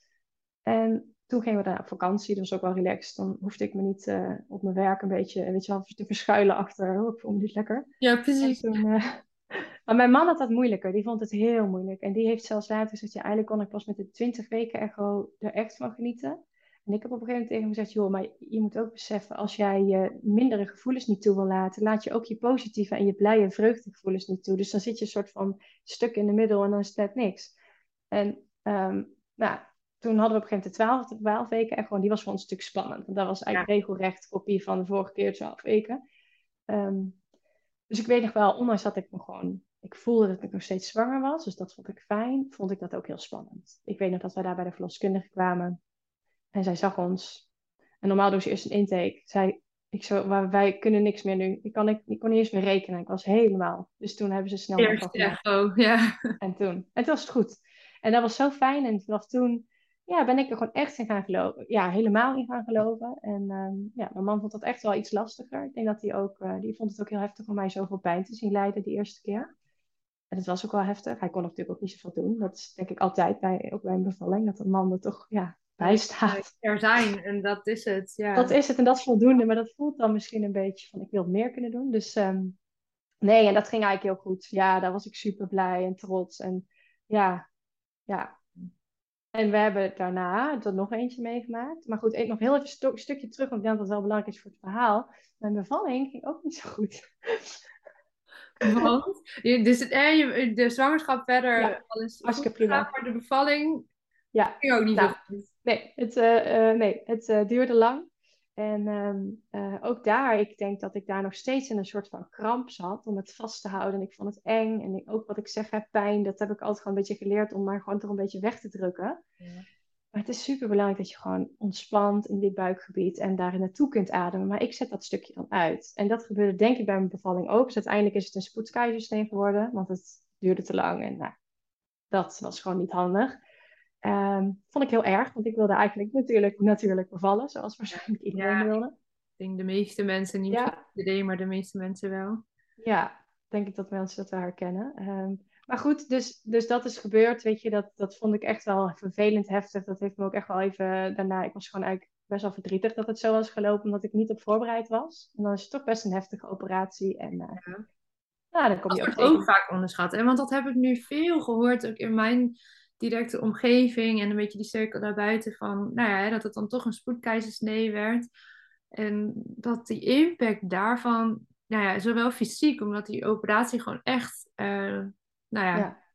En toen gingen we daarna op vakantie, dat was ook wel relaxed. Dan hoefde ik me niet uh, op mijn werk een beetje, weet je wel, te verschuilen achter, oh, ik voel me niet lekker. Ja, En precies. toen, uh, maar mijn man had dat moeilijker, die vond het heel moeilijk. En die heeft zelfs later gezegd, ja, eigenlijk kon ik pas met de twintig weken echo er echt van genieten. En ik heb op een gegeven moment tegen hem gezegd, joh, maar je moet ook beseffen, als jij je mindere gevoelens niet toe wil laten, laat je ook je positieve en je blije vreugdegevoelens niet toe. Dus dan zit je een soort van stuk in de middel en dan is het net niks. En um, nou, toen hadden we op een gegeven moment de twaalf weken echo en die was voor ons een stuk spannend. Want dat was Ja. eigenlijk regelrecht kopie van de vorige keer twaalf weken. Um, dus ik weet nog wel, ondanks dat ik me gewoon, ik voelde dat ik nog steeds zwanger was, dus dat vond ik fijn, vond ik dat ook heel spannend. Ik weet nog dat wij daar bij de verloskundige kwamen en zij zag ons. En normaal doen ze eerst een intake. Zij, ik zo, maar wij kunnen niks meer nu. Ik, kan, ik, ik kon niet eens meer rekenen. Ik was helemaal. Dus toen hebben ze snel een echo Eerst gemaakt. echo, ja. En toen. En toen was het goed. En dat was zo fijn. En vanaf toen ja, ben ik er gewoon echt in gaan geloven. Ja, helemaal in gaan geloven. En um, ja, mijn man vond dat echt wel iets lastiger. Ik denk dat hij ook, uh, die vond het ook heel heftig om mij zoveel pijn te zien lijden die eerste keer. En het was ook wel heftig. Hij kon natuurlijk ook niet zoveel doen. Dat is denk ik altijd bij, ook bij een bevalling, dat een man er toch ja, bij staat. Er zijn en dat is het, ja. Dat is het en dat is voldoende. Maar dat voelt dan misschien een beetje van ik wil meer kunnen doen. Dus um, nee, en dat ging eigenlijk heel goed. Ja, daar was ik super blij en trots. En ja, ja. En we hebben daarna er nog eentje meegemaakt. Maar goed, nog heel even een stu- stukje terug, want ik denk dat het wel belangrijk is voor het verhaal. Mijn bevalling ging ook niet zo goed. Want je, dus het, eh, je- de zwangerschap verder Ja, alles goed hartstikke gegaan, prima. maar de bevalling Ja, ging ook niet nou, zo goed. nee, het, uh, uh, nee, het uh, duurde lang. En um, uh, ook daar, ik denk dat ik daar nog steeds in een soort van kramp zat om het vast te houden. En ik vond het eng. En ik, ook wat ik zeg, heb pijn, dat heb ik altijd gewoon een beetje geleerd om maar gewoon toch een beetje weg te drukken. Ja. Maar het is super belangrijk dat je gewoon ontspant in dit buikgebied en daar naartoe kunt ademen. Maar ik zet dat stukje dan uit. En dat gebeurde denk ik bij mijn bevalling ook. Dus uiteindelijk is het een spoedkeizersnee geworden, want het duurde te lang. En nou, dat was gewoon niet handig. Um, vond ik heel erg, want ik wilde eigenlijk natuurlijk, natuurlijk bevallen, zoals waarschijnlijk iedereen Ja, wilde. ik denk de meeste mensen, niet misschien Ja, iedereen, maar de meeste mensen wel. ja, denk ik dat mensen dat wel herkennen. Um, maar goed, dus, dus dat is gebeurd, weet je, dat, dat vond ik echt wel vervelend heftig. Dat heeft me ook echt wel even daarna, ik was gewoon eigenlijk best wel verdrietig dat het zo was gelopen, omdat ik niet op voorbereid was. En dan is het toch best een heftige operatie. En uh, Ja. nou, dan kom Dat je ook wordt ook tegen. vaak onderschat. Hè? Want dat heb ik nu veel gehoord, ook in mijn directe omgeving en een beetje die cirkel daarbuiten van, nou ja, dat het dan toch een spoedkeizersnee werd. En dat die impact daarvan, nou ja, zowel fysiek, omdat die operatie gewoon echt, uh, nou ja, Ja.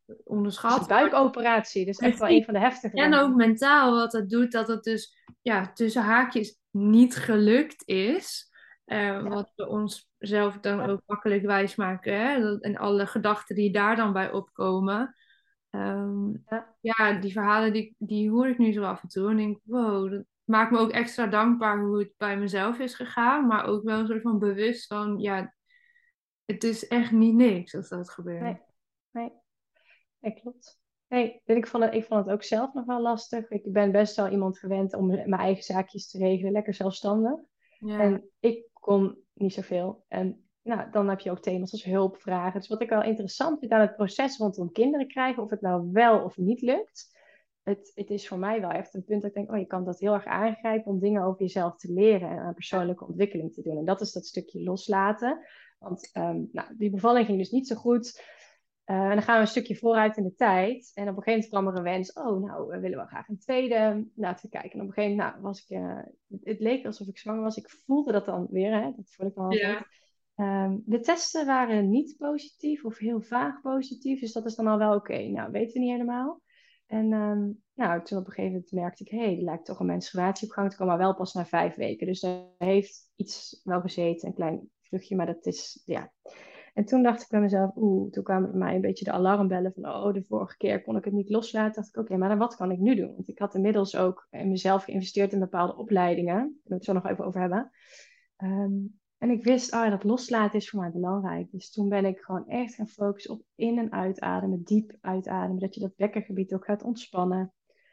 Het is een onderschat. buikoperatie, dus echt wel een van de En heftigere. ook mentaal wat het doet, dat het dus ja, tussen haakjes niet gelukt is. Eh, Ja, wat we ons zelf dan ja, ook makkelijk wijsmaken. Hè? Dat- En alle gedachten die daar dan bij opkomen. Ehm, ja. ja, die verhalen die, die hoor ik nu zo af en toe. En denk, wow, dat maakt me ook extra dankbaar hoe het bij mezelf is gegaan. Maar ook wel een soort van bewust van, ja, het is echt niet niks als dat gebeurt. Nee, nee, nee, klopt. Nee, en ik vond het, ik vond het ook zelf nog wel lastig. Ik ben best wel iemand gewend om mijn eigen zaakjes te regelen, lekker zelfstandig. Ja, En ik kon niet zoveel. En nou, dan heb je ook thema's als hulpvragen. Dus wat ik wel interessant vind aan het proces rondom kinderen krijgen, of het nou wel of niet lukt. Het, het is voor mij wel echt een punt dat ik denk, oh, je kan dat heel erg aangrijpen om dingen over jezelf te leren en aan persoonlijke ontwikkeling te doen. En dat is dat stukje loslaten. Want um, nou, die bevalling ging dus niet zo goed. Uh, en dan gaan we een stukje vooruit in de tijd. En op een gegeven moment kwam er een wens. Oh, nou, we willen wel graag een tweede. Laten we kijken. En op een gegeven moment nou, was ik... Uh, het leek alsof ik zwanger was. Ik voelde dat dan weer. Hè? Dat voelde ik dan altijd. ja, Um, de testen waren niet positief of heel vaag positief. Dus dat is dan al wel oké. Okay. Nou, weten we niet helemaal. En um, nou, toen op een gegeven moment merkte ik... Hé, hey, er lijkt toch een menstruatie op gang te komen. Maar wel pas na vijf weken. Dus er heeft iets wel gezeten. Een klein vluchtje. Maar dat is... Ja... En toen dacht ik bij mezelf, oeh, toen kwamen bij mij een beetje de alarmbellen van, oh, de vorige keer kon ik het niet loslaten. Dacht ik, oké, okay, maar dan wat kan ik nu doen? Want ik had inmiddels ook in mezelf geïnvesteerd in bepaalde opleidingen. Daar kunnen we het zo nog even over hebben. Um, en ik wist, oh, dat loslaten is voor mij belangrijk. Dus toen ben ik gewoon echt gaan focussen op in- en uitademen, diep uitademen. Dat je dat bekkengebied ook gaat ontspannen.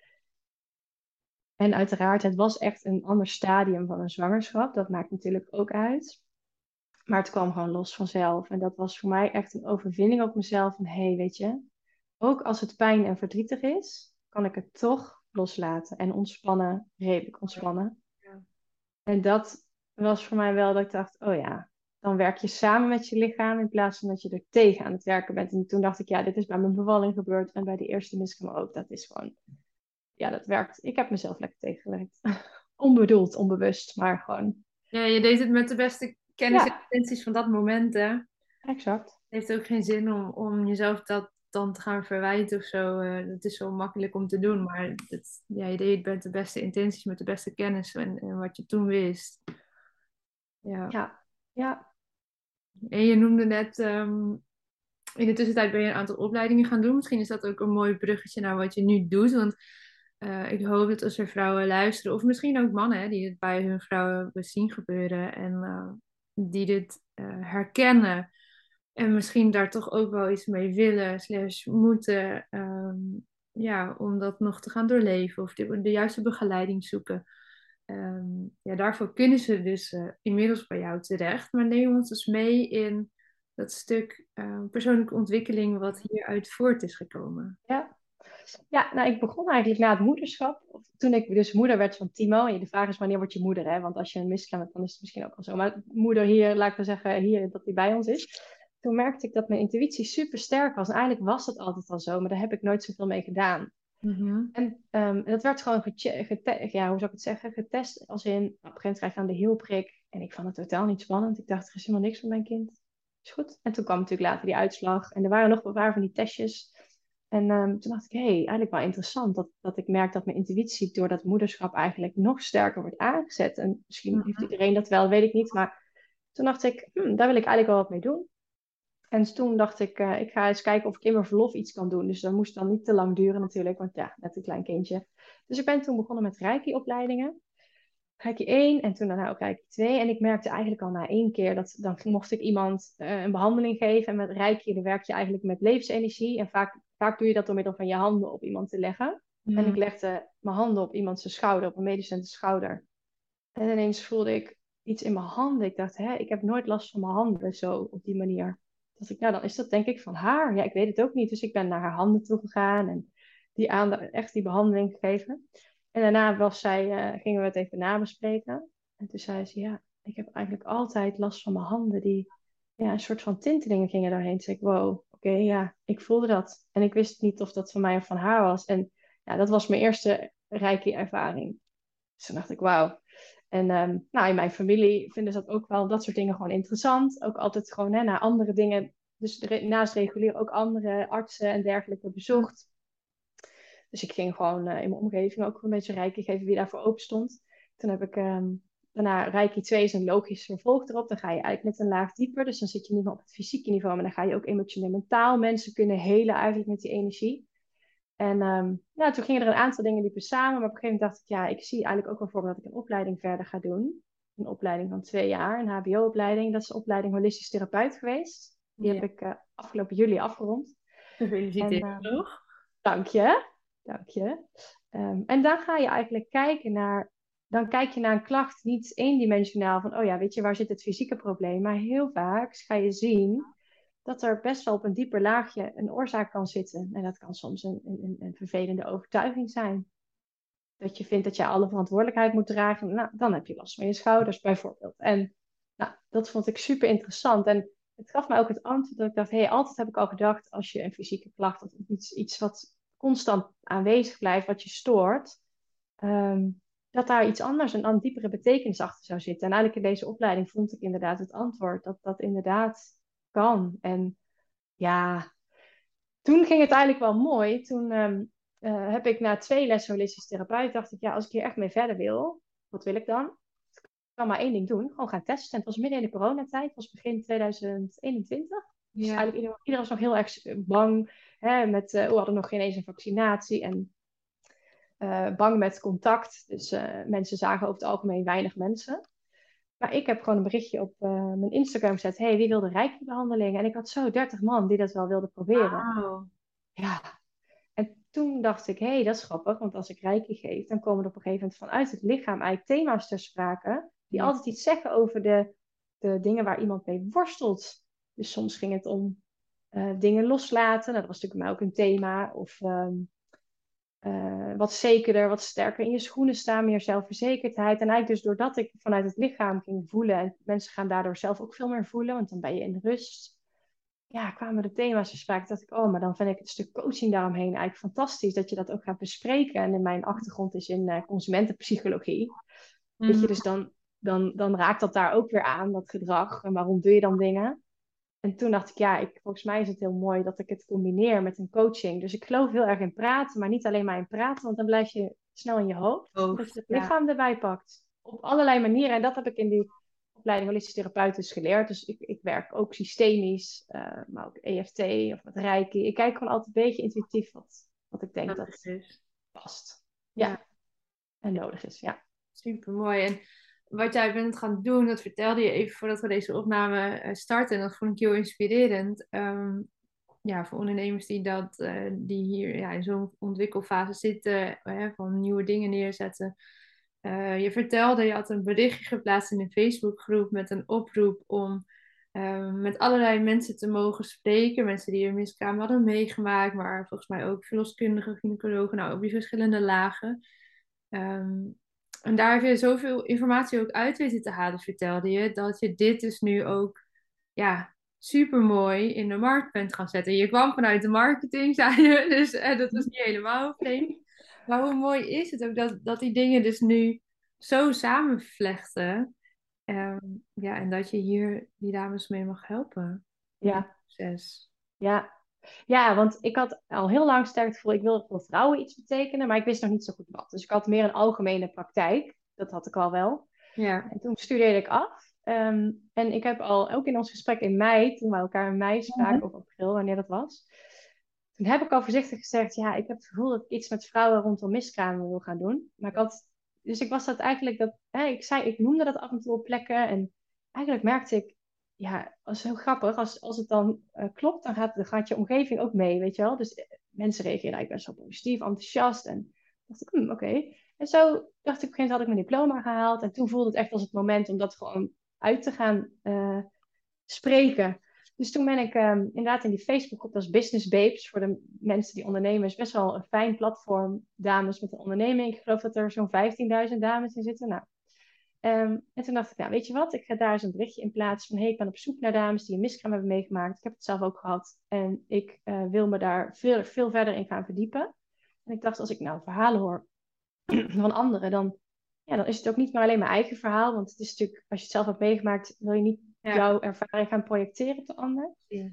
En uiteraard, het was echt een ander stadium van een zwangerschap. Dat maakt natuurlijk ook uit. Maar het kwam gewoon los vanzelf. En dat was voor mij echt een overwinning op mezelf. Van, hé, hey, weet je, ook als het pijn en verdrietig is, kan ik het toch loslaten. En ontspannen, redelijk ontspannen. ja. En dat was voor mij wel dat ik dacht, oh ja, dan werk je samen met je lichaam in plaats van dat je er tegen aan het werken bent. En toen dacht ik, ja, dit is bij mijn bevalling gebeurd. En bij de eerste miskraam ook. Dat is gewoon, ja, dat werkt. Ik heb mezelf lekker tegengewerkt. Onbedoeld, onbewust, maar gewoon, Ja, je deed het met de beste kennis en ja, intenties van dat moment, hè. Het exact. heeft ook geen zin om, om jezelf dat dan te gaan verwijten of zo. Eh, dat is zo makkelijk om te doen, maar het, ja, je deed het met de beste intenties, met de beste kennis en, en wat je toen wist. Ja. Ja, ja, En je noemde net, ehm, in de tussentijd ben je een aantal opleidingen gaan doen. Misschien is dat ook een mooi bruggetje naar wat je nu doet, want eh, ik hoop dat als er vrouwen luisteren, of misschien ook mannen, hè, die het bij hun vrouwen zien gebeuren en eh, die dit eh, herkennen. En misschien daar toch ook wel iets mee willen, slash moeten, ehm, ja, om dat nog te gaan doorleven of de, de juiste begeleiding zoeken. Ehm, ja, daarvoor kunnen ze dus eh, inmiddels bij jou terecht. Maar neem ons dus mee in dat stuk eh, persoonlijke ontwikkeling wat hieruit voort is gekomen. ja. Ja, nou, ik begon eigenlijk na het moederschap. Of toen ik dus moeder werd van Timo. En de vraag is, wanneer word je moeder, hè? Want als je een miskraam hebt, dan is het misschien ook wel zo. Maar moeder hier, laat ik maar zeggen, hier, dat die bij ons is. Toen merkte ik dat mijn intuïtie super sterk was. En eigenlijk was dat altijd al zo, maar daar heb ik nooit zoveel mee gedaan. Mhm. En um, dat werd gewoon gete- gete- ja, hoe zou ik het zeggen, getest. Als in, op een gegeven moment krijg je dan de hielprik. En ik vond het totaal niet spannend. Ik dacht, er is helemaal niks van mijn kind. Is goed. En toen kwam natuurlijk later die uitslag. En er waren nog een paar van die testjes. En um, toen dacht ik, hé, hey, eigenlijk wel interessant. Dat, dat ik merk dat mijn intuïtie door dat moederschap eigenlijk nog sterker wordt aangezet. En misschien heeft Mhm. iedereen dat wel, weet ik niet. Maar toen dacht ik, hm, daar wil ik eigenlijk wel wat mee doen. En toen dacht ik, uh, ik ga eens kijken of ik in mijn verlof iets kan doen. Dus dat moest dan niet te lang duren natuurlijk, want ja, net een klein kindje. Dus ik ben toen begonnen met Reiki-opleidingen. Reiki één en toen daarna ook Reiki twee. En ik merkte eigenlijk al na één keer dat dan mocht ik iemand uh, een behandeling geven. En met Reiki dan werk je eigenlijk met levensenergie. En vaak, vaak doe je dat door middel van je handen op iemand te leggen. En Mhm. ik legde mijn handen op iemands schouder, op een medecent's schouder. En ineens voelde ik iets in mijn handen. Ik dacht, hè, ik heb nooit last van mijn handen zo op die manier. Dat ik, nou, dan is dat denk ik van haar. Ja, ik weet het ook niet. Dus ik ben naar haar handen toe gegaan en die aandacht, echt die behandeling gegeven. En daarna was zij, uh, gingen we het even nabespreken. En toen zei ze, ja, ik heb eigenlijk altijd last van mijn handen. Die, ja, een soort van tintelingen gingen doorheen. Toen zei ik, wow, oké, okay, ja, ik voelde dat. En ik wist niet of dat van mij of van haar was. En ja, dat was mijn eerste rijke ervaring. Dus toen dacht ik, wauw. En um, nou, in mijn familie vinden ze dat ook wel, dat soort dingen gewoon interessant. Ook altijd gewoon hè, naar andere dingen dus re- naast regulier ook andere artsen en dergelijke bezocht. Dus ik ging gewoon uh, in mijn omgeving ook een beetje reiki geven wie daarvoor open stond. Toen heb ik um, daarna reiki twee is een logisch vervolg erop. Dan ga je eigenlijk net een laag dieper. Dus dan zit je niet meer op het fysieke niveau, maar dan ga je ook emotioneel mentaal mensen kunnen helen eigenlijk met die energie. En um, ja, toen gingen er een aantal dingen liepen samen. Maar op een gegeven moment dacht ik, ja, ik zie eigenlijk ook wel voor me dat ik een opleiding verder ga doen. Een opleiding van twee jaar, een H B O-opleiding. Dat is de opleiding holistisch therapeut geweest. Die Ja. heb ik uh, afgelopen juli afgerond. Gefeliciteerd En, uh, nog. Dank je. Dank je. Um, en dan ga je eigenlijk kijken naar, dan kijk je naar een klacht niet eendimensionaal van, oh ja, weet je, waar zit het fysieke probleem? Maar heel vaak ga je zien dat er best wel op een dieper laagje een oorzaak kan zitten. En dat kan soms een, een, een vervelende overtuiging zijn. Dat je vindt dat je alle verantwoordelijkheid moet dragen. Nou, dan heb je last van je schouders bijvoorbeeld. En nou, dat vond ik super interessant. En het gaf mij ook het antwoord dat ik dacht, hé, hey, altijd heb ik al gedacht, als je een fysieke klacht of iets, iets wat constant aanwezig blijft, wat je stoort, um, dat daar iets anders, een, een diepere betekenis achter zou zitten. En eigenlijk in deze opleiding vond ik inderdaad het antwoord, dat dat inderdaad kan. En ja, toen ging het eigenlijk wel mooi. Toen um, uh, heb ik na twee lessen holistisch therapeut, dacht ik, ja, als ik hier echt mee verder wil, wat wil ik dan? Ik kan maar één ding doen, gewoon gaan testen. En het was midden in de coronatijd, het was begin tweeduizend eenentwintig. Dus Ja. eigenlijk iedereen, iedereen was nog heel erg bang. Hè, met, uh, we hadden nog geen eens een vaccinatie en uh, bang met contact. Dus uh, mensen zagen over het algemeen weinig mensen. Maar ik heb gewoon een berichtje op uh, mijn Instagram gezet. Hey, wie wilde reiki-behandeling? En ik had zo dertig man die dat wel wilden proberen. Wauw. Ja, en toen dacht ik, hé, hey, dat is grappig. Want als ik reiki geef, dan komen er op een gegeven moment vanuit het lichaam eigenlijk thema's ter sprake. Die Ja. altijd iets zeggen over de, de dingen waar iemand mee worstelt. Dus soms ging het om uh, dingen loslaten. Nou, dat was natuurlijk mij ook een thema. Of um, uh, wat zekerder, wat sterker in je schoenen staan. Meer zelfverzekerdheid. En eigenlijk dus doordat ik vanuit het lichaam ging voelen. En mensen gaan daardoor zelf ook veel meer voelen. Want dan ben je in rust. Ja, kwamen de thema's te sprake. Dacht ik, oh, maar dan vind ik het stuk coaching daaromheen eigenlijk fantastisch. Dat je dat ook gaat bespreken. En in mijn achtergrond is in uh, consumentenpsychologie. Weet je, Mm. dus dan, dan, dan raakt dat daar ook weer aan, dat gedrag. En waarom doe je dan dingen? En toen dacht ik, ja, ik, volgens mij is het heel mooi dat ik het combineer met een coaching. Dus ik geloof heel erg in praten, maar niet alleen maar in praten. Want dan blijf je snel in je hoofd. Dat je Hoofd, het ja. lichaam erbij pakt. Op allerlei manieren. En dat heb ik in die opleiding holistisch therapeut dus geleerd. Dus ik, ik werk ook systemisch, uh, maar ook E F T of met reiki. Ik kijk gewoon altijd een beetje intuïtief wat, wat ik denk Dat dat is. past. Ja, Ja, en nodig is, ja. super mooi. En wat jij bent gaan doen, dat vertelde je even voordat we deze opname uh, starten. En dat vond ik heel inspirerend. Um, ja, voor ondernemers die, dat, uh, die hier ja, in zo'n ontwikkelfase zitten, uh, van nieuwe dingen neerzetten. Uh, je vertelde, je had een berichtje geplaatst in een Facebookgroep met een oproep om uh, met allerlei mensen te mogen spreken. Mensen die een miskraam hadden meegemaakt, maar volgens mij ook verloskundigen, gynaecologen, nou op die verschillende lagen. Um, en daar heb je zoveel informatie ook uit weten te halen, vertelde je, dat je dit dus nu ook ja, super mooi in de markt bent gaan zetten. Je kwam vanuit de marketing, zei je, dus eh, dat was niet helemaal vreemd. Maar hoe mooi is het ook dat, dat die dingen dus nu zo samenvlechten. Um, ja, en dat je hier die dames mee mag helpen in dit Ja, proces. ja. Ja, want ik had al heel lang sterk het gevoel, ik wil voor vrouwen iets betekenen, maar ik wist nog niet zo goed wat. Dus ik had meer een algemene praktijk. Dat had ik al wel. Ja. En toen studeerde ik af. Um, en ik heb al, ook in ons gesprek in mei, toen we elkaar in mei spraken, of april, wanneer dat was. Toen heb ik al voorzichtig gezegd, ja, ik heb het gevoel dat ik iets met vrouwen rondom miskramen wil gaan doen. Maar ik had, dus ik was dat eigenlijk, dat, hè, ik zei, ik noemde dat af en toe op plekken. En eigenlijk merkte ik, ja, dat is heel grappig. Als, als het dan uh, klopt, dan gaat, dan gaat je omgeving ook mee, weet je wel. Dus uh, mensen reageren eigenlijk best wel positief, enthousiast. En dacht ik, hm, oké. Okay. En zo dacht ik, op een gegeven moment had ik mijn diploma gehaald. En toen voelde het echt als het moment om dat gewoon uit te gaan uh, spreken. Dus toen ben ik um, inderdaad in die Facebookgroep als Business Babes, voor de mensen die ondernemen, is best wel een fijn platform, dames met een onderneming. Ik geloof dat er zo'n vijftienduizend dames in zitten. Nou, um, en toen dacht ik, nou weet je wat, ik ga daar eens een berichtje in plaatsen van, hey, ik ben op zoek naar dames die een miskraam hebben meegemaakt. Ik heb het zelf ook gehad en ik uh, wil me daar veel, veel verder in gaan verdiepen. En ik dacht, als ik nou verhalen hoor van anderen, dan, ja, dan is het ook niet maar alleen mijn eigen verhaal. Want het is natuurlijk, als je het zelf hebt meegemaakt, wil je niet Ja, jouw ervaring gaan projecteren op de ander. yes.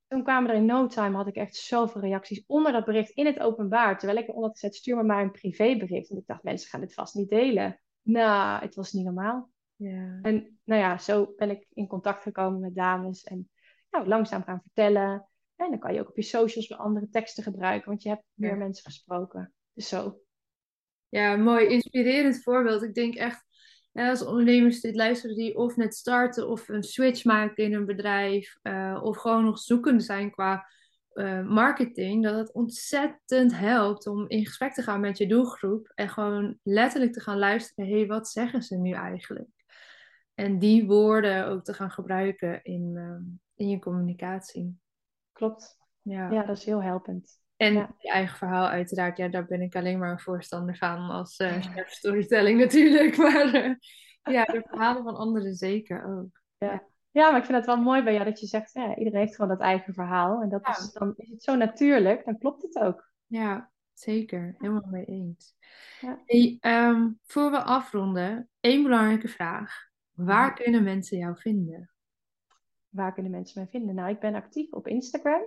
toen kwamen er in no time, had ik echt zoveel reacties onder dat bericht in het openbaar. Terwijl ik eronder gezet, stuur me maar een privébericht. Want ik dacht, mensen gaan dit vast niet delen. Nou, het was niet normaal. Ja. En nou ja, zo ben ik in contact gekomen met dames. En nou, langzaam gaan vertellen. En dan kan je ook op je socials weer andere teksten gebruiken. Want je hebt meer Ja. mensen gesproken. Dus zo. Ja, mooi. Inspirerend voorbeeld. Ik denk echt, ja, als ondernemers dit luisteren die of net starten of een switch maken in een bedrijf, uh, of gewoon nog zoekende zijn qua uh, marketing, dat het ontzettend helpt om in gesprek te gaan met je doelgroep en gewoon letterlijk te gaan luisteren, hé, hey, wat zeggen ze nu eigenlijk? En die woorden ook te gaan gebruiken in, uh, in je communicatie. Klopt. Ja, ja dat is heel helpend. En ja. je eigen verhaal uiteraard, ja, daar ben ik alleen maar een voorstander van als uh, chef storytelling natuurlijk. Maar uh, ja, de verhalen van anderen zeker ook. Ja. Ja. ja, maar ik vind het wel mooi bij jou dat je zegt, ja, iedereen heeft gewoon dat eigen verhaal. En dat Ja. is, dan is het zo natuurlijk, dan klopt het ook. Ja, zeker. Helemaal mee eens. Ja. Hey, um, voor we afronden, één belangrijke vraag. Waar kunnen mensen jou vinden? Waar kunnen mensen mij vinden? Nou, ik ben actief op Instagram.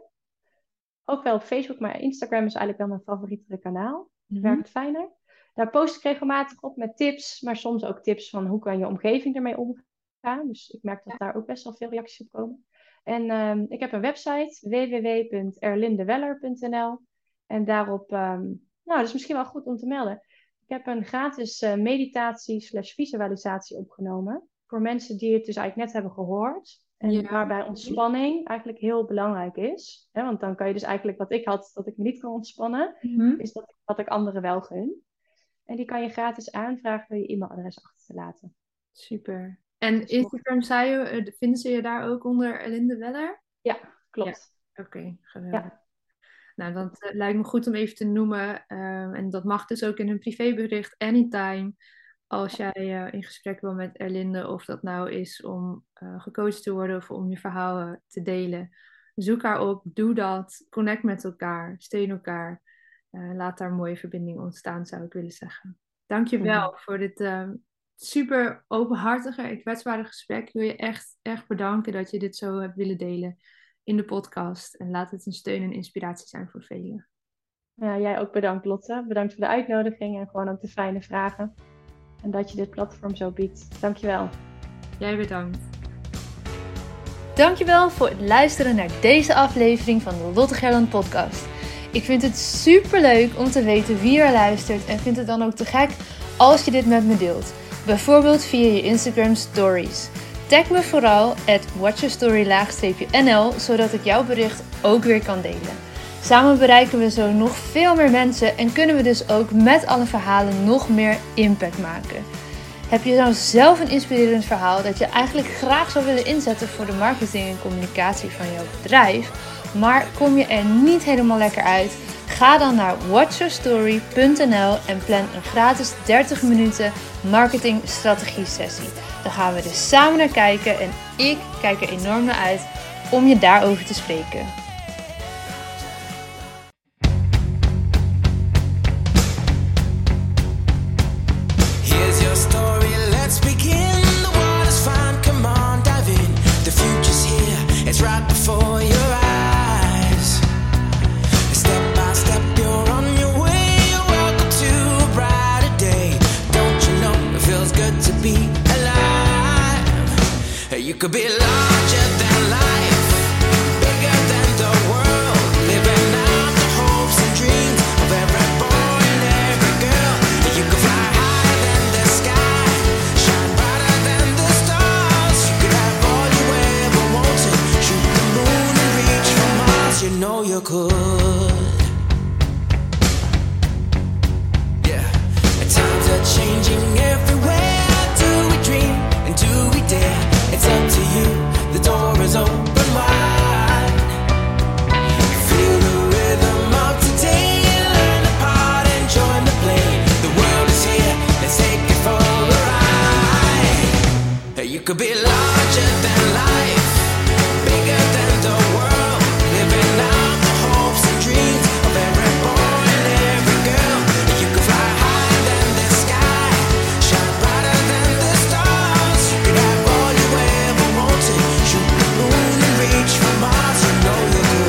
Ook wel op Facebook, maar Instagram is eigenlijk wel mijn favoriete kanaal. Mm-hmm. Werkt fijner. Daar post ik regelmatig op met tips, maar soms ook tips van hoe kan je omgeving ermee omgaan. Dus ik merk dat daar ook best wel veel reacties op komen. En um, ik heb een website, w w w punt erlindeweller punt n l. En daarop, um, nou, dat is misschien wel goed om te melden. Ik heb een gratis uh, meditatie slash visualisatie opgenomen. Voor mensen die het dus eigenlijk net hebben gehoord. En ja. waarbij ontspanning eigenlijk heel belangrijk is. Hè? Want dan kan je dus eigenlijk wat ik had, dat ik me niet kon ontspannen. Mm-hmm. Is dat wat ik anderen wel gun. En die kan je gratis aanvragen door je e-mailadres achter te laten. Super. En Instagram, zei je, vinden ze je daar ook onder Erlinde Weller? Ja, klopt. Ja. Oké, okay, geweldig. Ja. Nou, dat uh, lijkt me goed om even te noemen. Uh, en dat mag dus ook in een privébericht, anytime. Als jij uh, in gesprek wil met Erlinde, of dat nou is om uh, gecoacht te worden of om je verhalen te delen. Zoek haar op, doe dat, connect met elkaar, steun elkaar. Uh, laat daar een mooie verbinding ontstaan, zou ik willen zeggen. Dank je wel mm-hmm. voor dit uh, super openhartige en kwetsbare gesprek. Ik wil je echt, echt bedanken dat je dit zo hebt willen delen in de podcast. En laat het een steun en inspiratie zijn voor velen. Ja, jij ook bedankt, Lotte. Bedankt voor de uitnodiging en gewoon ook de fijne vragen. En dat je dit platform zo biedt. Dankjewel. Jij bedankt. Dankjewel voor het luisteren naar deze aflevering van de Lotte Gerland podcast. Ik vind het super leuk om te weten wie er luistert en vind het dan ook te gek als je dit met me deelt. Bijvoorbeeld via je Instagram stories. Tag me vooral at watchyourstory-nl zodat ik jouw bericht ook weer kan delen. Samen bereiken we zo nog veel meer mensen en kunnen we dus ook met alle verhalen nog meer impact maken. Heb je nou zelf een inspirerend verhaal dat je eigenlijk graag zou willen inzetten voor de marketing en communicatie van jouw bedrijf, maar kom je er niet helemaal lekker uit? Ga dan naar watchyourstory punt n l en plan een gratis dertig minuten marketing strategie sessie. Dan gaan we dus samen naar kijken en ik kijk er enorm naar uit om je daarover te spreken. It's right before your eyes. Step by step, you're on your way. You're welcome to a brighter day. Don't you know it feels good to be alive? You could be larger than life, bigger than the world, living out the hopes and dreams of every boy and every girl. You could fly higher than the sky, shine brighter than the stars. You could have all you ever wanted. You know you could. Yeah. And times are changing everywhere. Do we dream and do we dare? It's up to you. The door is open wide. Feel the rhythm of today. Learn the part and join the play. The world is here. Let's take it for a ride. You could be larger than life, bigger than the world. Living out the hopes and dreams of every boy and every girl. You could fly higher than the sky, shine brighter than the stars. You could have all you ever wanted. Shoot the moon and reach for Mars. You know you could.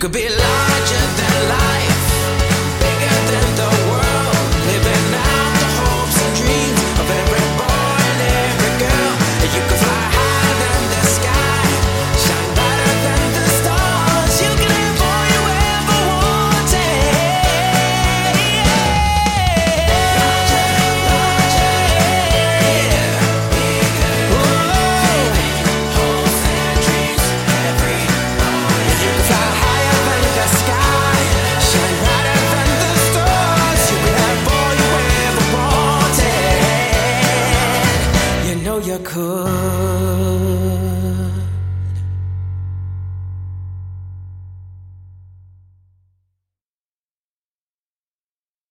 could be larger than life, bigger than the world, living out the hopes and dreams of every boy and every girl. And you could fly higher than the sky, shine brighter than the stars. You can have all you ever wanted. Larger, larger, bigger, hopes and dreams, every boy. And you can fly higher than the sky, shine brighter than the stars. You can have all you ever wanted. You know you could.